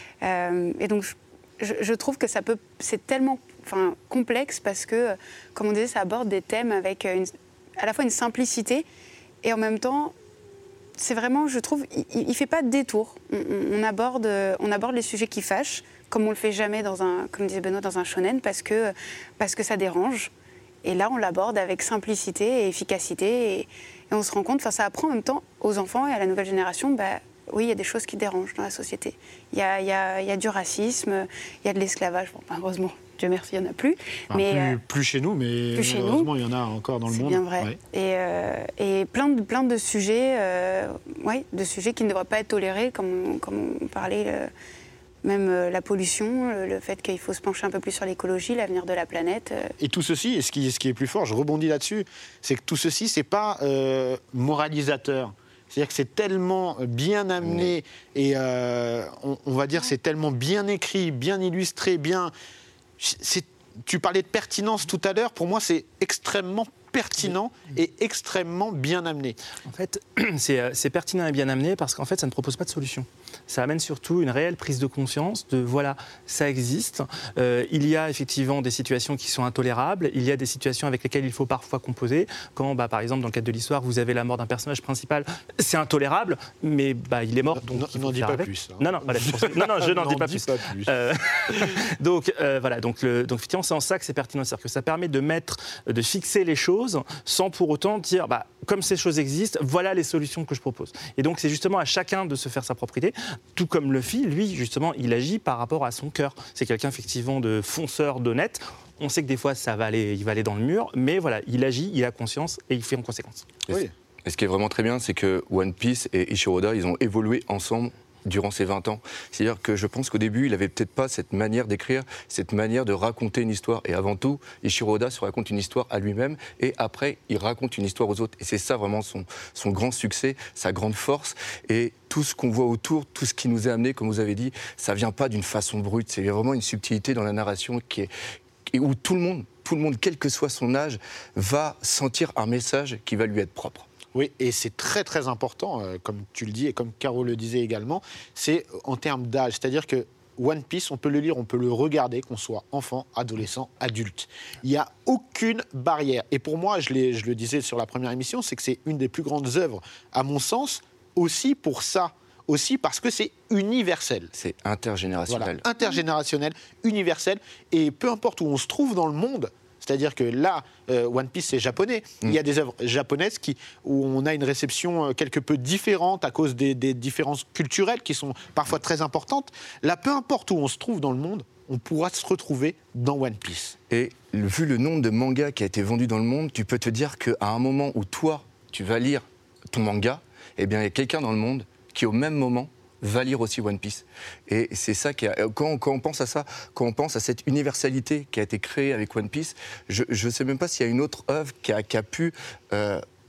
Et donc, je trouve que c'est tellement complexe parce que, comme on disait, ça aborde des thèmes avec à la fois une simplicité et en même temps, c'est vraiment, je trouve, il ne fait pas de détour. On aborde les sujets qui fâchent, comme on ne le fait jamais comme disait Benoît, dans un shonen, parce que ça dérange. Et là, on l'aborde avec simplicité et efficacité. Et on se rend compte, ça apprend en même temps aux enfants et à la nouvelle génération, oui, il y a des choses qui dérangent dans la société. Il y a du racisme, il y a de l'esclavage. Heureusement, Dieu merci, il n'y en a plus. Plus chez nous, mais malheureusement, il y en a encore dans le monde. C'est bien vrai. Ouais. Et plein de sujets, de sujets qui ne devraient pas être tolérés, comme on parlait, même la pollution, le fait qu'il faut se pencher un peu plus sur l'écologie, l'avenir de la planète. Et tout ceci, et ce qui est plus fort, je rebondis là-dessus, c'est que tout ceci, c'est pas moralisateur. C'est-à-dire que c'est tellement bien amené et on va dire c'est tellement bien écrit, bien illustré, tu parlais de pertinence tout à l'heure, pour moi c'est extrêmement pertinent et extrêmement bien amené. En fait, c'est pertinent et bien amené parce qu'en fait, ça ne propose pas de solution. Ça amène surtout une réelle prise de conscience de voilà, ça existe. Il y a effectivement des situations qui sont intolérables. Il y a des situations avec lesquelles il faut parfois composer. Quand, par exemple, dans le cadre de l'histoire, vous avez la mort d'un personnage principal, c'est intolérable, mais il est mort. Donc n'en dis pas plus. Hein. Non, je n'en dis pas plus. Donc voilà, donc effectivement, c'est en ça que c'est pertinent, c'est-à-dire que ça permet de fixer les choses sans pour autant dire, comme ces choses existent, voilà les solutions que je propose. Et donc, c'est justement à chacun de se faire sa propre idée, tout comme Luffy, lui, justement, il agit par rapport à son cœur. C'est quelqu'un, effectivement, de fonceur, d'honnête. On sait que des fois, il va aller dans le mur, mais voilà, il agit, il a conscience et il fait en conséquence. Oui. Et ce qui est vraiment très bien, c'est que One Piece et Eiichiro Oda, ils ont évolué ensemble durant ces 20 ans. C'est-à-dire que je pense qu'au début, il n'avait peut-être pas cette manière d'écrire, cette manière de raconter une histoire. Et avant tout, Eiichiro Oda se raconte une histoire à lui-même et après, il raconte une histoire aux autres. Et c'est ça vraiment son grand succès, sa grande force. Et tout ce qu'on voit autour, tout ce qui nous est amené, comme vous avez dit, ça ne vient pas d'une façon brute. C'est vraiment une subtilité dans la narration où tout le monde, quel que soit son âge, va sentir un message qui va lui être propre. Oui, et c'est très très important, comme tu le dis et comme Caro le disait également, c'est en termes d'âge. C'est-à-dire que One Piece, on peut le lire, on peut le regarder, qu'on soit enfant, adolescent, adulte. Il n'y a aucune barrière. Et pour moi, je le disais sur la première émission, c'est que c'est une des plus grandes œuvres, à mon sens, aussi pour ça. Aussi parce que c'est universel. C'est intergénérationnel. Voilà, intergénérationnel, universel. Et peu importe où on se trouve dans le monde, c'est-à-dire que là, One Piece, c'est japonais. Il y a des œuvres japonaises où on a une réception quelque peu différente à cause des différences culturelles qui sont parfois très importantes. Là, peu importe où on se trouve dans le monde, on pourra se retrouver dans One Piece. Et vu le nombre de mangas qui a été vendu dans le monde, tu peux te dire qu'à un moment où toi, tu vas lire ton manga, eh bien, il y a quelqu'un dans le monde qui, au même moment, va lire aussi One Piece. Et c'est ça quand on pense à ça, quand on pense à cette universalité qui a été créée avec One Piece, je ne sais même pas s'il y a une autre œuvre qui a pu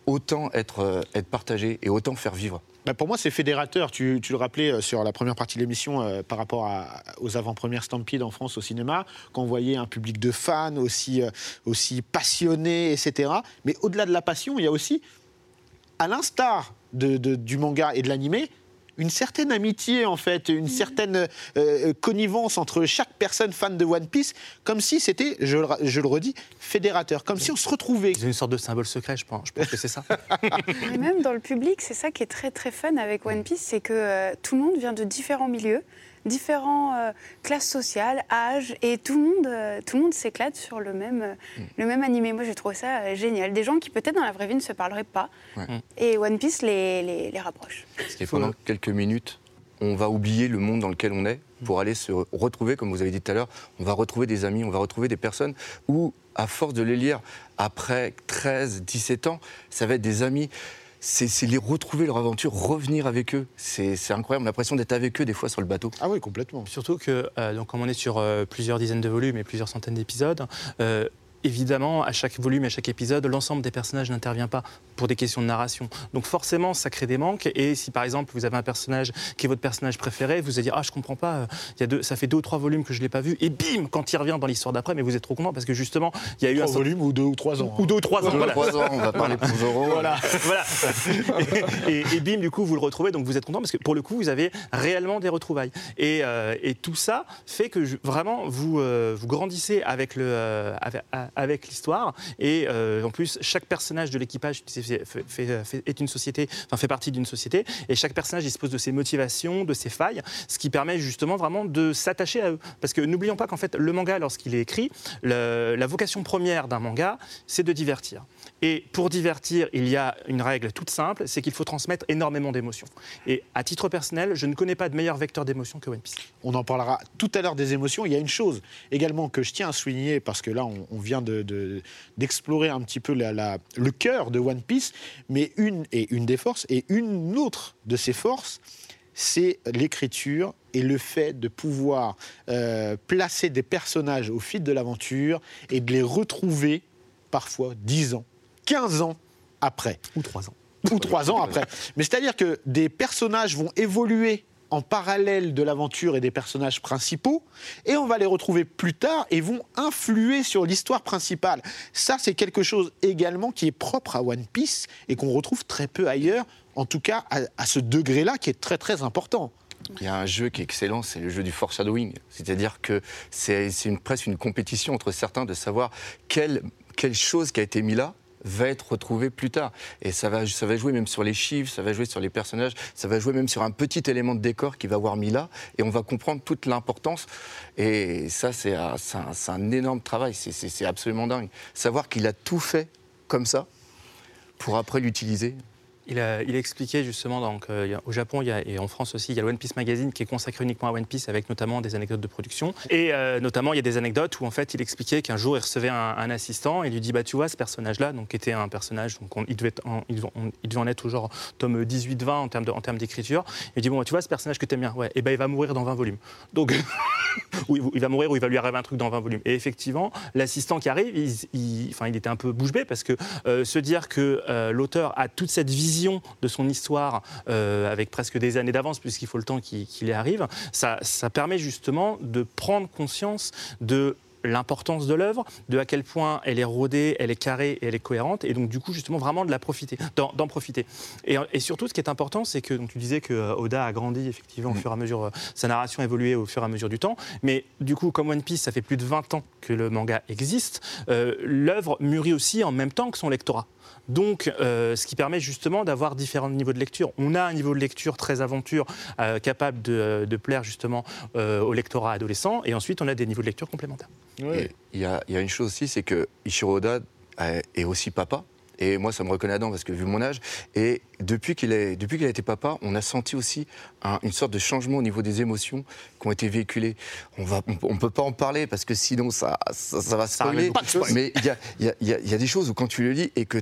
autant être partagé et autant faire vivre. Pour moi, c'est fédérateur. Tu le rappelais sur la première partie de l'émission par rapport aux avant-premières Stampede en France au cinéma, quand on voyait un public de fans aussi passionné, etc. Mais au-delà de la passion, il y a aussi, à l'instar du manga et de l'animé, une certaine amitié, en fait, une certaine connivence entre chaque personne fan de One Piece, comme si c'était, je le redis, fédérateur, comme si on se retrouvait. C'est une sorte de symbole secret, je pense que c'est ça. Et même dans le public, c'est ça qui est très très fun avec One Piece, c'est que tout le monde vient de différents milieux, différentes classes sociales, âges, et tout le monde s'éclate sur le même animé. Moi, j'ai trouvé ça génial. Des gens qui, peut-être, dans la vraie vie, ne se parleraient pas. Ouais. Et One Piece les rapproche. Et pendant quelques minutes, on va oublier le monde dans lequel on est pour aller se retrouver, comme vous avez dit tout à l'heure, on va retrouver des amis, on va retrouver des personnes où, à force de les lire, après 13, 17 ans, ça va être des amis. C'est les retrouver leur aventure, revenir avec eux. C'est incroyable, on a l'impression d'être avec eux des fois sur le bateau. Ah oui, complètement. Surtout que, donc, comme on est sur plusieurs dizaines de volumes et plusieurs centaines d'épisodes, évidemment, à chaque volume, à chaque épisode, l'ensemble des personnages n'intervient pas pour des questions de narration. Donc forcément, ça crée des manques. Et si par exemple, vous avez un personnage qui est votre personnage préféré, vous allez dire « Ah, je comprends pas, ça fait 2 ou 3 volumes que je ne l'ai pas vu. » Et bim, quand il revient dans l'histoire d'après, mais vous êtes trop content parce que justement, il y a eu 3 volumes ou 2 ou 3 ans. Ou 2 ou 3 ans. 2 ou 3 ans, on va parler pour Zoro. Voilà. Et bim, du coup, vous le retrouvez, donc vous êtes content parce que pour le coup, vous avez réellement des retrouvailles. Et tout ça fait que vraiment, vous grandissez avec l'histoire. Et en plus, chaque personnage de l'équipage est une société, enfin fait partie d'une société, et chaque personnage dispose de ses motivations, de ses failles, ce qui permet justement vraiment de s'attacher à eux. Parce que n'oublions pas qu'en fait, le manga, lorsqu'il est écrit, la vocation première d'un manga, c'est de divertir. Et pour divertir, il y a une règle toute simple, c'est qu'il faut transmettre énormément d'émotions. Et à titre personnel, je ne connais pas de meilleur vecteur d'émotions que One Piece. On en parlera tout à l'heure des émotions. Il y a une chose également que je tiens à souligner, parce que là, on vient d'explorer un petit peu le cœur de One Piece, mais une des forces, et une autre de ces forces, c'est l'écriture et le fait de pouvoir placer des personnages au fil de l'aventure et de les retrouver parfois 10 ans, 15 ans après. Ou 3 ans. Ou 3 ans après. Mais c'est-à-dire que des personnages vont évoluer en parallèle de l'aventure et des personnages principaux, et on va les retrouver plus tard et vont influer sur l'histoire principale. Ça, c'est quelque chose également qui est propre à One Piece et qu'on retrouve très peu ailleurs, en tout cas à ce degré-là qui est très très important. Il y a un jeu qui est excellent, c'est le jeu du foreshadowing. C'est-à-dire que c'est presque une compétition entre certains de savoir quelle chose qui a été mise là va être retrouvé plus tard. Et ça va jouer même sur les chiffres, ça va jouer sur les personnages, ça va jouer même sur un petit élément de décor qui va avoir mis là, et on va comprendre toute l'importance. Et ça, c'est un énorme travail, c'est absolument dingue. Savoir qu'il a tout fait comme ça, pour après l'utiliser. Il a expliqué justement, donc, au Japon et en France aussi, il y a le One Piece Magazine qui est consacré uniquement à One Piece avec notamment des anecdotes de production. Et notamment, il y a des anecdotes où en fait, il expliquait qu'un jour, il recevait un assistant et il lui dit « tu vois, ce personnage-là, donc, qui était un personnage, donc, il devait en être au genre tome 18-20 en termes d'écriture. Il dit « bon, tu vois, ce personnage que tu aimes bien, ouais, et ben il va mourir dans 20 volumes. » Donc, il va mourir ou il va lui arriver un truc dans 20 volumes. Et effectivement, l'assistant qui arrive, il était un peu bouche bée parce que se dire que l'auteur a toute cette vision de son histoire avec presque des années d'avance puisqu'il faut le temps qu'il y arrive, ça permet justement de prendre conscience de l'importance de l'œuvre, de à quel point elle est rodée, elle est carrée et elle est cohérente, et donc du coup justement vraiment de d'en profiter. Et surtout ce qui est important, c'est que donc, tu disais que Oda a grandi effectivement au fur et à mesure, sa narration a évolué au fur et à mesure du temps, mais du coup comme One Piece, ça fait plus de 20 ans que le manga existe, l'œuvre mûrit aussi en même temps que son lectorat. Donc, ce qui permet justement d'avoir différents niveaux de lecture. On a un niveau de lecture très aventure, capable de plaire justement au lectorat adolescent, et ensuite on a des niveaux de lecture complémentaires. Oui. Il y a une chose aussi, c'est que Ichiro Oda est aussi papa. Et moi, ça me reconnaît dedans parce que vu mon âge, et depuis qu'il a été papa, on a senti aussi une sorte de changement au niveau des émotions qui ont été véhiculées. On peut pas en parler parce que sinon ça va spoiler. Mais il y a des choses où quand tu le lis et que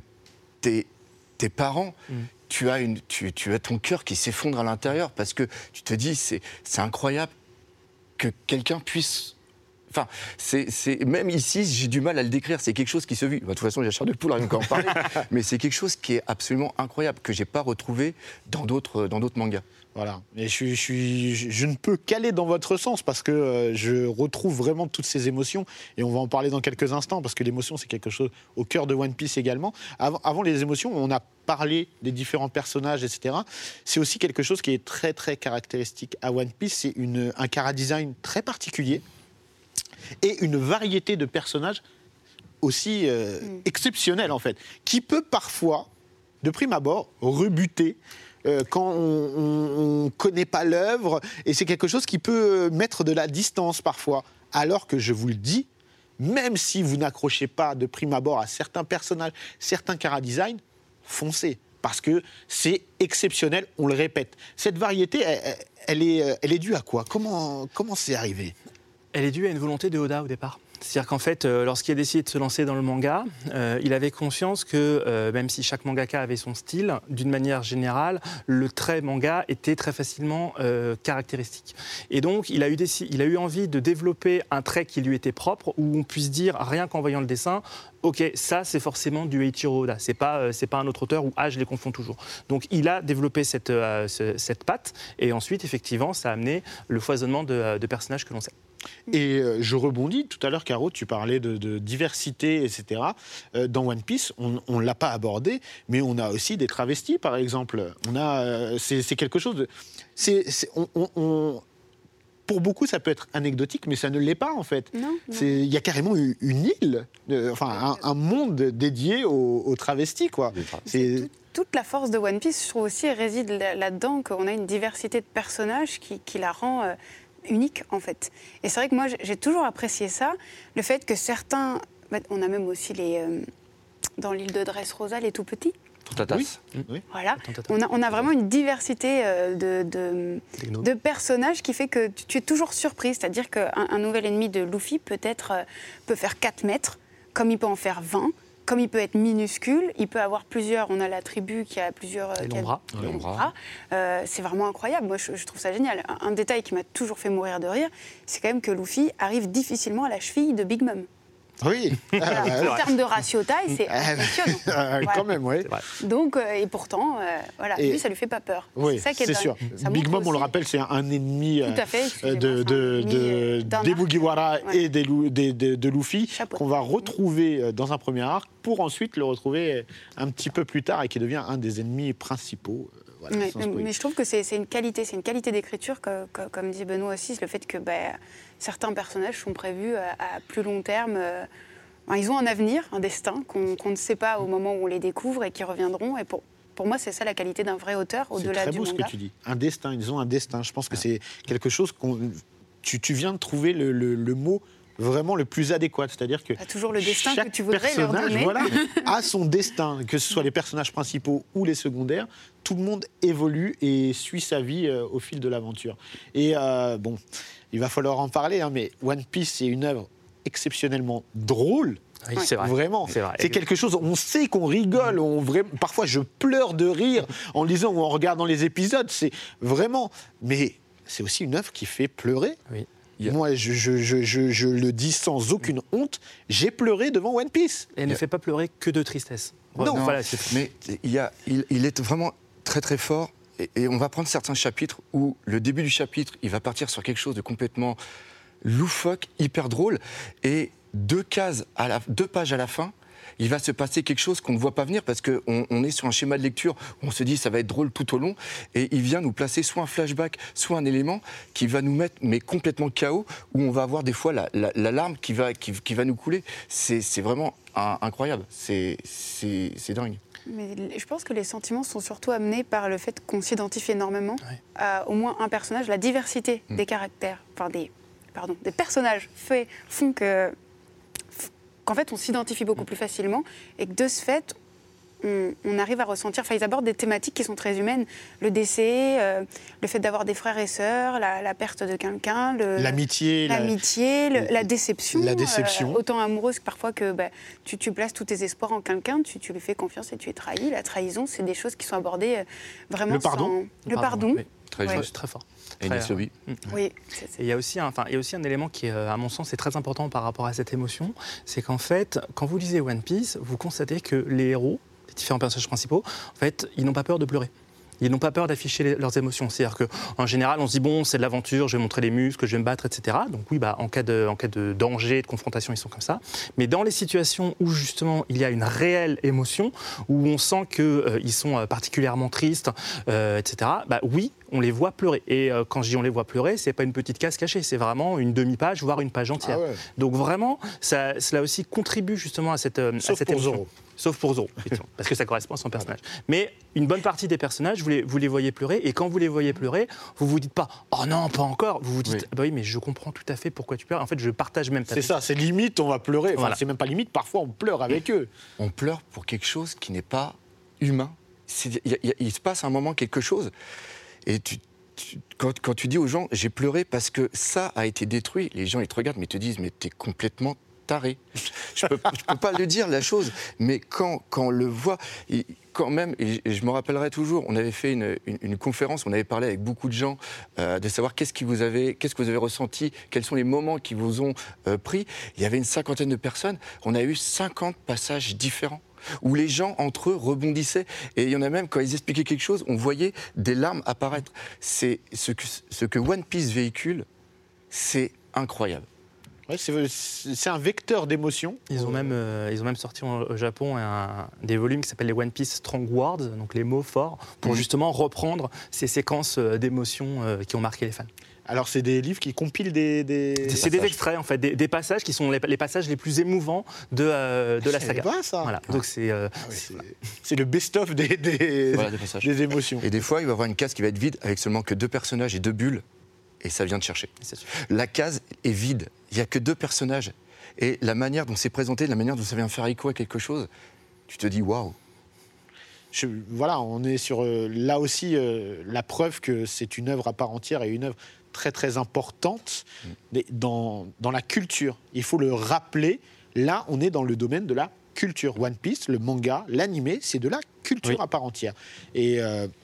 tes parents, tu as ton cœur qui s'effondre à l'intérieur parce que tu te dis c'est incroyable que quelqu'un puisse Enfin, même ici, j'ai du mal à le décrire. C'est quelque chose qui se vit. De toute façon, j'ai la chair de poule, rien qu'à en parler. Mais c'est quelque chose qui est absolument incroyable, que j'ai pas retrouvé dans d'autres mangas. Voilà. Et je ne peux qu'aller dans votre sens parce que je retrouve vraiment toutes ces émotions et on va en parler dans quelques instants parce que l'émotion c'est quelque chose au cœur de One Piece également. Avant les émotions, on a parlé des différents personnages, etc. C'est aussi quelque chose qui est très très caractéristique à One Piece. C'est un chara-design très particulier et une variété de personnages aussi exceptionnelle en fait, qui peut parfois, de prime abord, rebuter quand on ne connaît pas l'œuvre, et c'est quelque chose qui peut mettre de la distance parfois. Alors que je vous le dis, même si vous n'accrochez pas de prime abord à certains personnages, certains chara-design, foncez, parce que c'est exceptionnel, on le répète. Cette variété, elle est due à quoi ? Comment c'est arrivé ? Elle est due à une volonté de Oda au départ. C'est-à-dire qu'en fait, lorsqu'il a décidé de se lancer dans le manga, il avait conscience que, même si chaque mangaka avait son style, d'une manière générale, le trait manga était très facilement caractéristique. Et donc, il a eu envie de développer un trait qui lui était propre, où on puisse dire, rien qu'en voyant le dessin, ok, ça c'est forcément du Eiichiro Oda, c'est pas un autre auteur, ou je les confonds toujours. Donc il a développé cette patte, et ensuite, effectivement, ça a amené le foisonnement de personnages que l'on sait. Et je rebondis, tout à l'heure, Caro, tu parlais de diversité, etc. Dans One Piece, on ne l'a pas abordé, mais on a aussi des travestis, par exemple. C'est quelque chose de... Pour beaucoup, ça peut être anecdotique, mais ça ne l'est pas, en fait. Il y a carrément une île, un monde dédié aux travestis, quoi. Toute la force de One Piece, je trouve aussi, réside là-dedans, qu'on a une diversité de personnages qui la rend... unique en fait. Et c'est vrai que moi j'ai toujours apprécié ça, le fait que certains, on a même aussi dans l'île de Dressrosa les tout petits. Tontatas. Oui. Voilà. On a vraiment une diversité de personnages qui fait que tu es toujours surpris, c'est-à-dire qu'un nouvel ennemi de Luffy peut faire 4 mètres, comme il peut en faire 20. Comme il peut être minuscule, il peut avoir plusieurs... On a la tribu qui a plusieurs... longs bras. C'est vraiment incroyable. Moi, je trouve ça génial. Un détail qui m'a toujours fait mourir de rire, c'est quand même que Luffy arrive difficilement à la cheville de Big Mom. Oui. Voilà. En termes de ratio taille, c'est impressionnant. Quand même, oui. Donc, et pourtant, lui, ça lui fait pas peur. Oui, c'est ça qui est dingue. sûr. Big Mom, on le rappelle, c'est un ennemi des Mugiwara et de Luffy qu'on va retrouver dans un premier arc pour ensuite le retrouver un petit peu plus tard et qui devient un des ennemis principaux. Mais je trouve que c'est une qualité d'écriture, comme dit Benoît aussi, c'est le fait que certains personnages sont prévus à plus long terme. Ils ont un avenir, un destin qu'on ne sait pas au moment où on les découvre et qui reviendront. Et pour moi, c'est ça la qualité d'un vrai auteur, au-delà du manga. C'est très beau ce que tu dis. Un destin, ils ont un destin. Je pense que c'est quelque chose tu viens de trouver le mot vraiment le plus adéquat, c'est-à-dire que toujours le destin chaque que tu voudrais leur donner a son destin, que ce soit les personnages principaux ou les secondaires, tout le monde évolue et suit sa vie au fil de l'aventure. Et il va falloir en parler, mais One Piece, c'est une œuvre exceptionnellement drôle. Oui, c'est vrai. Vraiment, c'est quelque chose, on sait qu'on rigole, parfois je pleure de rire en lisant ou en regardant les épisodes, c'est vraiment... Mais c'est aussi une œuvre qui fait pleurer. Oui. Moi, je le dis sans aucune honte, j'ai pleuré devant One Piece. Et elle ne fait pas pleurer que de tristesse. Non. Voilà, mais il est vraiment très très fort. Et on va prendre certains chapitres où le début du chapitre, il va partir sur quelque chose de complètement loufoque, hyper drôle. Et 2 pages à la fin, il va se passer quelque chose qu'on ne voit pas venir parce qu'on est sur un schéma de lecture où on se dit ça va être drôle tout au long et il vient nous placer soit un flashback, soit un élément qui va nous mettre complètement KO où on va avoir des fois la larme qui va nous couler. C'est vraiment incroyable, c'est dingue. Mais je pense que les sentiments sont surtout amenés par le fait qu'on s'identifie énormément à au moins un personnage, la diversité des caractères, des personnages font qu'en fait, on s'identifie beaucoup plus facilement et que de ce fait, on arrive à ressentir... Ils abordent des thématiques qui sont très humaines. Le décès, le fait d'avoir des frères et sœurs, la perte de quelqu'un... L'amitié, la déception. La déception. Autant amoureuse que parfois que tu places tous tes espoirs en quelqu'un, tu lui fais confiance et tu es trahi. La trahison, c'est des choses qui sont abordées vraiment Le pardon. Le pardon. Oui. Très juste. Très fort. Et Très, Nesobi. Oui, Et il y a aussi un élément qui, à mon sens, est très important par rapport à cette émotion, c'est qu'en fait, quand vous lisez One Piece, vous constatez que les héros, les différents personnages principaux, en fait, ils n'ont pas peur de pleurer. Ils n'ont pas peur d'afficher leurs émotions. C'est-à-dire qu'en général, on se dit, bon, c'est de l'aventure, je vais montrer les muscles, je vais me battre, etc. Donc oui, en cas de danger, de confrontation, ils sont comme ça. Mais dans les situations où, justement, il y a une réelle émotion, où on sent qu'ils sont particulièrement tristes, etc., oui, on les voit pleurer. Et quand je dis on les voit pleurer, c'est pas une petite case cachée, c'est vraiment une demi-page, voire une page entière. Ah ouais. Donc vraiment, cela aussi contribue justement à cette émotion. Zoro. Sauf pour Zoro, parce que ça correspond à son personnage. Mais une bonne partie des personnages, vous les voyez pleurer, et quand vous les voyez pleurer, vous vous dites pas « Oh non, pas encore !» Vous vous dites oui. Mais je comprends tout à fait pourquoi tu pleures. En fait, je partage même ta C'est ça, c'est limite, on va pleurer. Enfin, voilà. C'est même pas limite, parfois on pleure avec eux. On pleure pour quelque chose qui n'est pas humain. Il se passe un moment quelque chose, et quand tu dis aux gens « J'ai pleuré parce que ça a été détruit », les gens ils te regardent mais ils te disent « Mais t'es complètement taré. » Je peux pas le dire la chose, mais quand on le voit, quand même, et je me rappellerai toujours, on avait fait une conférence, on avait parlé avec beaucoup de gens de savoir qu'est-ce que vous avez ressenti, quels sont les moments qui vous ont pris. Il y avait une 50aine de personnes, on a eu 50 passages différents où les gens entre eux rebondissaient, et il y en a même quand ils expliquaient quelque chose, on voyait des larmes apparaître. C'est ce que One Piece véhicule, c'est incroyable. Ouais, c'est un vecteur d'émotion. Ils ont même sorti au Japon des volumes qui s'appellent les One Piece Strong Words, donc les mots forts, pour justement reprendre ces séquences d'émotions qui ont marqué les fans. Alors, c'est des livres qui compilent C'est des extraits, en fait, des passages qui sont les passages les plus émouvants de la saga. Pas ça. Voilà. Donc c'est le best-of des émotions. Et des fois, il va y avoir une case qui va être vide avec seulement que 2 personnages et 2 bulles. Et ça vient de chercher. La case est vide. Il n'y a que 2 personnages. Et la manière dont c'est présenté, la manière dont ça vient faire écho à quelque chose, tu te dis waouh. Voilà, on est sur là aussi la preuve que c'est une œuvre à part entière et une œuvre très très importante dans la culture. Il faut le rappeler. Là, on est dans le domaine de la culture. One Piece, le manga, l'animé, c'est de la culture à part entière. Et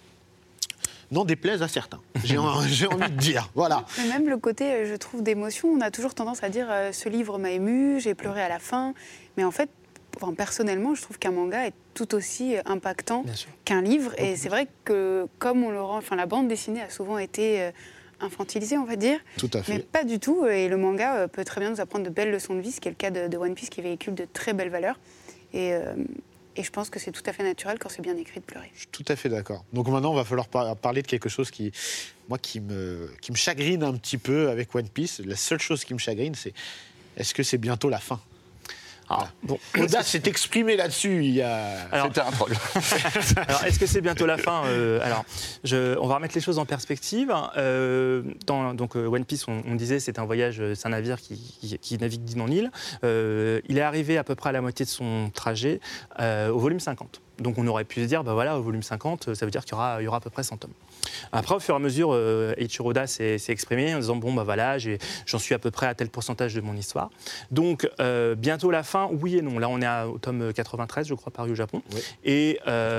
n'en déplaise à certains, j'ai envie de dire. Voilà. Mais même le côté, je trouve, d'émotion, on a toujours tendance à dire ce livre m'a ému, j'ai pleuré à la fin. Mais en fait, personnellement, je trouve qu'un manga est tout aussi impactant qu'un livre. Et c'est vrai que, comme on le rend, la bande dessinée a souvent été infantilisée, on va dire. Tout à fait. Mais pas du tout. Et le manga peut très bien nous apprendre de belles leçons de vie, ce qui est le cas de One Piece, qui véhicule de très belles valeurs. Et je pense que c'est tout à fait naturel quand c'est bien écrit de pleurer. Je suis tout à fait d'accord. Donc maintenant, il va falloir parler de quelque chose qui me chagrine un petit peu avec One Piece. La seule chose qui me chagrine, c'est est-ce que c'est bientôt la fin ? Bon, Oda s'est exprimé là-dessus. C'était un troll. Alors, est-ce que c'est bientôt la fin ? On va remettre les choses en perspective. Donc, One Piece, on disait, c'est un voyage, c'est un navire qui navigue dans l'île. Il est arrivé à peu près à la moitié de son trajet au volume 50. Donc on aurait pu se dire, au volume 50, ça veut dire qu'il y aura à peu près 100 tomes. Après, au fur et à mesure, Eiichiro Oda s'est exprimé en disant, j'en suis à peu près à tel pourcentage de mon histoire. Donc bientôt la fin, oui et non. Là, on est au tome 93, je crois, paru au Japon. Oui. Et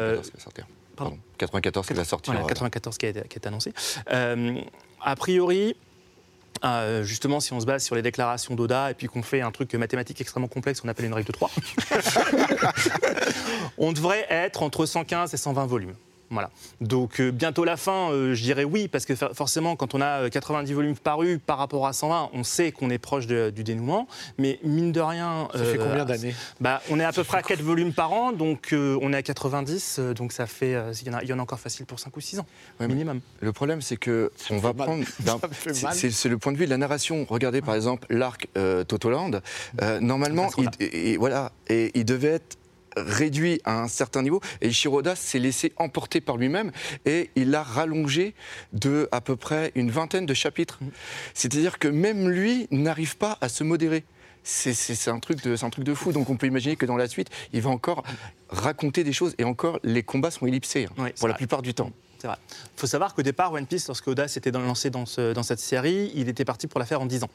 94 qui va sortir. Voilà, 94 qui est annoncé. A priori... justement, si on se base sur les déclarations d'Oda et puis qu'on fait un truc mathématique extrêmement complexe qu'on appelle une règle de 3, on devrait être entre 115 et 120 volumes. Voilà. Donc bientôt la fin, je dirais oui, parce que forcément, quand on a 90 volumes parus par rapport à 120, on sait qu'on est proche du dénouement. Mais mine de rien... Ça fait combien d'années ? On est à peu près à 4 volumes par an, donc on est à 90, donc ça fait... il y en a encore facile pour 5 ou 6 ans, minimum. Le problème, c'est qu'on va prendre... C'est le point de vue de la narration. Regardez par exemple l'arc Totoland. Normalement, il devait être réduit à un certain niveau, et Eiichiro Oda s'est laissé emporter par lui-même et il l'a rallongé de à peu près une vingtaine de chapitres. C'est-à-dire que même lui n'arrive pas à se modérer. C'est un truc de fou. Donc on peut imaginer que dans la suite, il va encore raconter des choses, et encore les combats sont ellipsés pour la plupart du temps. C'est vrai. Il faut savoir qu'au départ, One Piece, lorsque Oda s'était lancé dans cette série, il était parti pour la faire en 10 ans.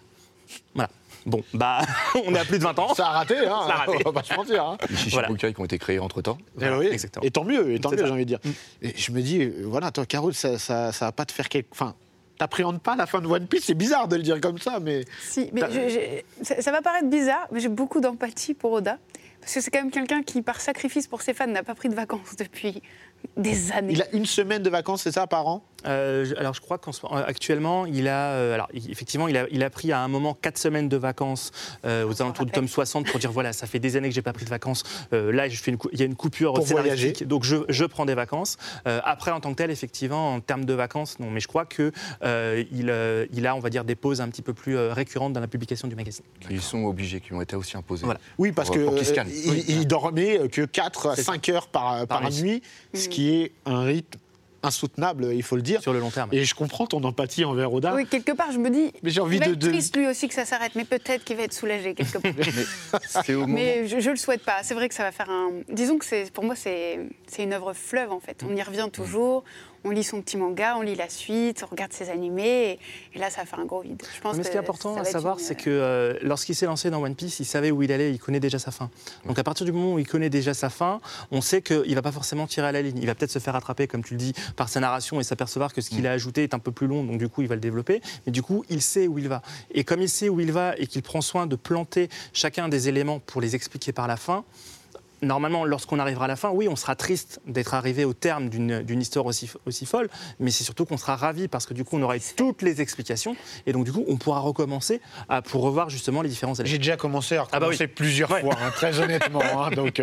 Voilà. Bon, on est à plus de 20 ans. Ça a raté, hein. Ça a raté. On va pas se mentir. Hein. Les chichis Bunkai qui ont été créés entre-temps. Oui, exactement. Et tant mieux, j'ai ça. envie de dire. Et je me dis, voilà, toi, Caro, ça va pas te faire quelque... Enfin, t'appréhendes pas la fin de One Piece, c'est bizarre de le dire comme ça, mais... Si, mais ça va paraître bizarre, mais j'ai beaucoup d'empathie pour Oda. Parce que c'est quand même quelqu'un qui, par sacrifice pour ses fans, n'a pas pris de vacances depuis des années. Il a une semaine de vacances, c'est ça, par an ? Alors je crois qu'actuellement, il a pris à un moment 4 semaines de vacances aux alentours du tome 60 pour dire voilà, ça fait des années que j'ai pas pris de vacances. Là, il y a une coupure pour scénaristique, voyager. donc je prends des vacances. Après, en tant que tel, effectivement, en termes de vacances, non. Mais je crois que il a, on va dire, des pauses un petit peu plus récurrentes dans la publication du magazine. Ils sont obligés, qui ont été aussi imposés. Voilà. Oui, parce pour qu'ils se calment. il dormait que 4 à 5 heures par nuit, ce qui est un rythme insoutenable, il faut le dire. Sur le long terme. Et je comprends ton empathie envers Oda. Oui, quelque part, je me dis, Mais j'ai envie il va de- être triste lui aussi que ça s'arrête, mais peut-être qu'il va être soulagé quelque part. C'est au moment. Mais je le souhaite pas. C'est vrai que ça va faire un... Disons que pour moi, c'est une œuvre fleuve, en fait. On y revient toujours, on lit son petit manga, on lit la suite, on regarde ses animés, et là, ça va faire un gros vide. Je pense Mais ce qui est important ça à va être savoir, c'est que lorsqu'il s'est lancé dans One Piece, il savait où il allait, il connaît déjà sa fin. Donc à partir du moment où il connaît déjà sa fin, on sait qu'il ne va pas forcément tirer à la ligne. Il va peut-être se faire attraper, comme tu le dis, par sa narration et s'apercevoir que ce qu'il a ajouté est un peu plus long, donc du coup, il va le développer. Mais du coup, il sait où il va. Et comme il sait où il va et qu'il prend soin de planter chacun des éléments pour les expliquer par la fin, normalement, lorsqu'on arrivera à la fin, oui, on sera triste d'être arrivé au terme d'une histoire aussi folle, mais c'est surtout qu'on sera ravis parce que du coup, on aura eu toutes les explications et donc du coup, on pourra recommencer pour revoir justement les différents éléments. J'ai déjà commencé à recommencer plusieurs fois, hein, très honnêtement. Hein, donc,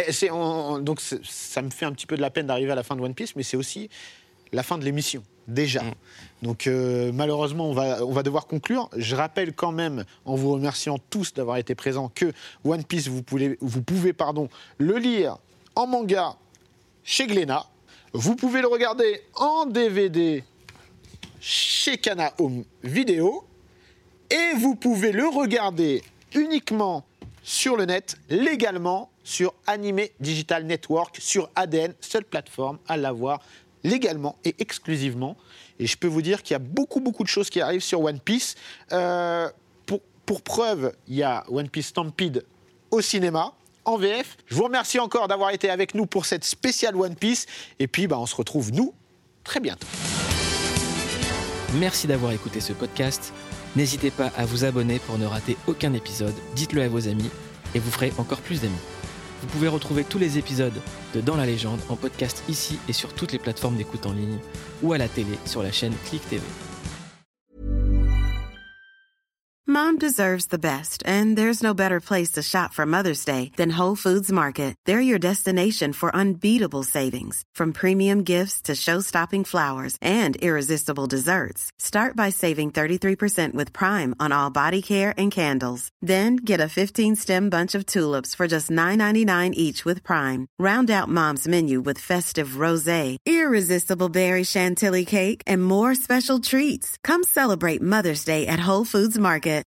ça me fait un petit peu de la peine d'arriver à la fin de One Piece, mais c'est aussi la fin de l'émission, déjà. Donc malheureusement, on va devoir conclure. Je rappelle quand même, en vous remerciant tous d'avoir été présents, que One Piece, vous pouvez le lire en manga chez Glénat. Vous pouvez le regarder en DVD chez Kana Home Video. Et vous pouvez le regarder uniquement sur le net, légalement, sur Anime Digital Network, sur ADN, seule plateforme à l'avoir légalement et exclusivement. Et je peux vous dire qu'il y a beaucoup de choses qui arrivent sur One Piece. Pour preuve, il y a One Piece Stampede au cinéma, en VF. Je vous remercie encore d'avoir été avec nous pour cette spéciale One Piece. Et puis, on se retrouve, nous, très bientôt. Merci d'avoir écouté ce podcast. N'hésitez pas à vous abonner pour ne rater aucun épisode. Dites-le à vos amis et vous ferez encore plus d'amis. Vous pouvez retrouver tous les épisodes de Dans la légende en podcast ici et sur toutes les plateformes d'écoute en ligne ou à la télé sur la chaîne Click TV. Mom deserves the best, and there's no better place to shop for Mother's Day than Whole Foods Market. They're your destination for unbeatable savings, from premium gifts to show-stopping flowers and irresistible desserts. Start by saving 33% with Prime on all body care and candles. Then get a 15-stem bunch of tulips for just $9.99 each with Prime. Round out Mom's menu with festive rosé, irresistible berry chantilly cake, and more special treats. Come celebrate Mother's Day at Whole Foods Market.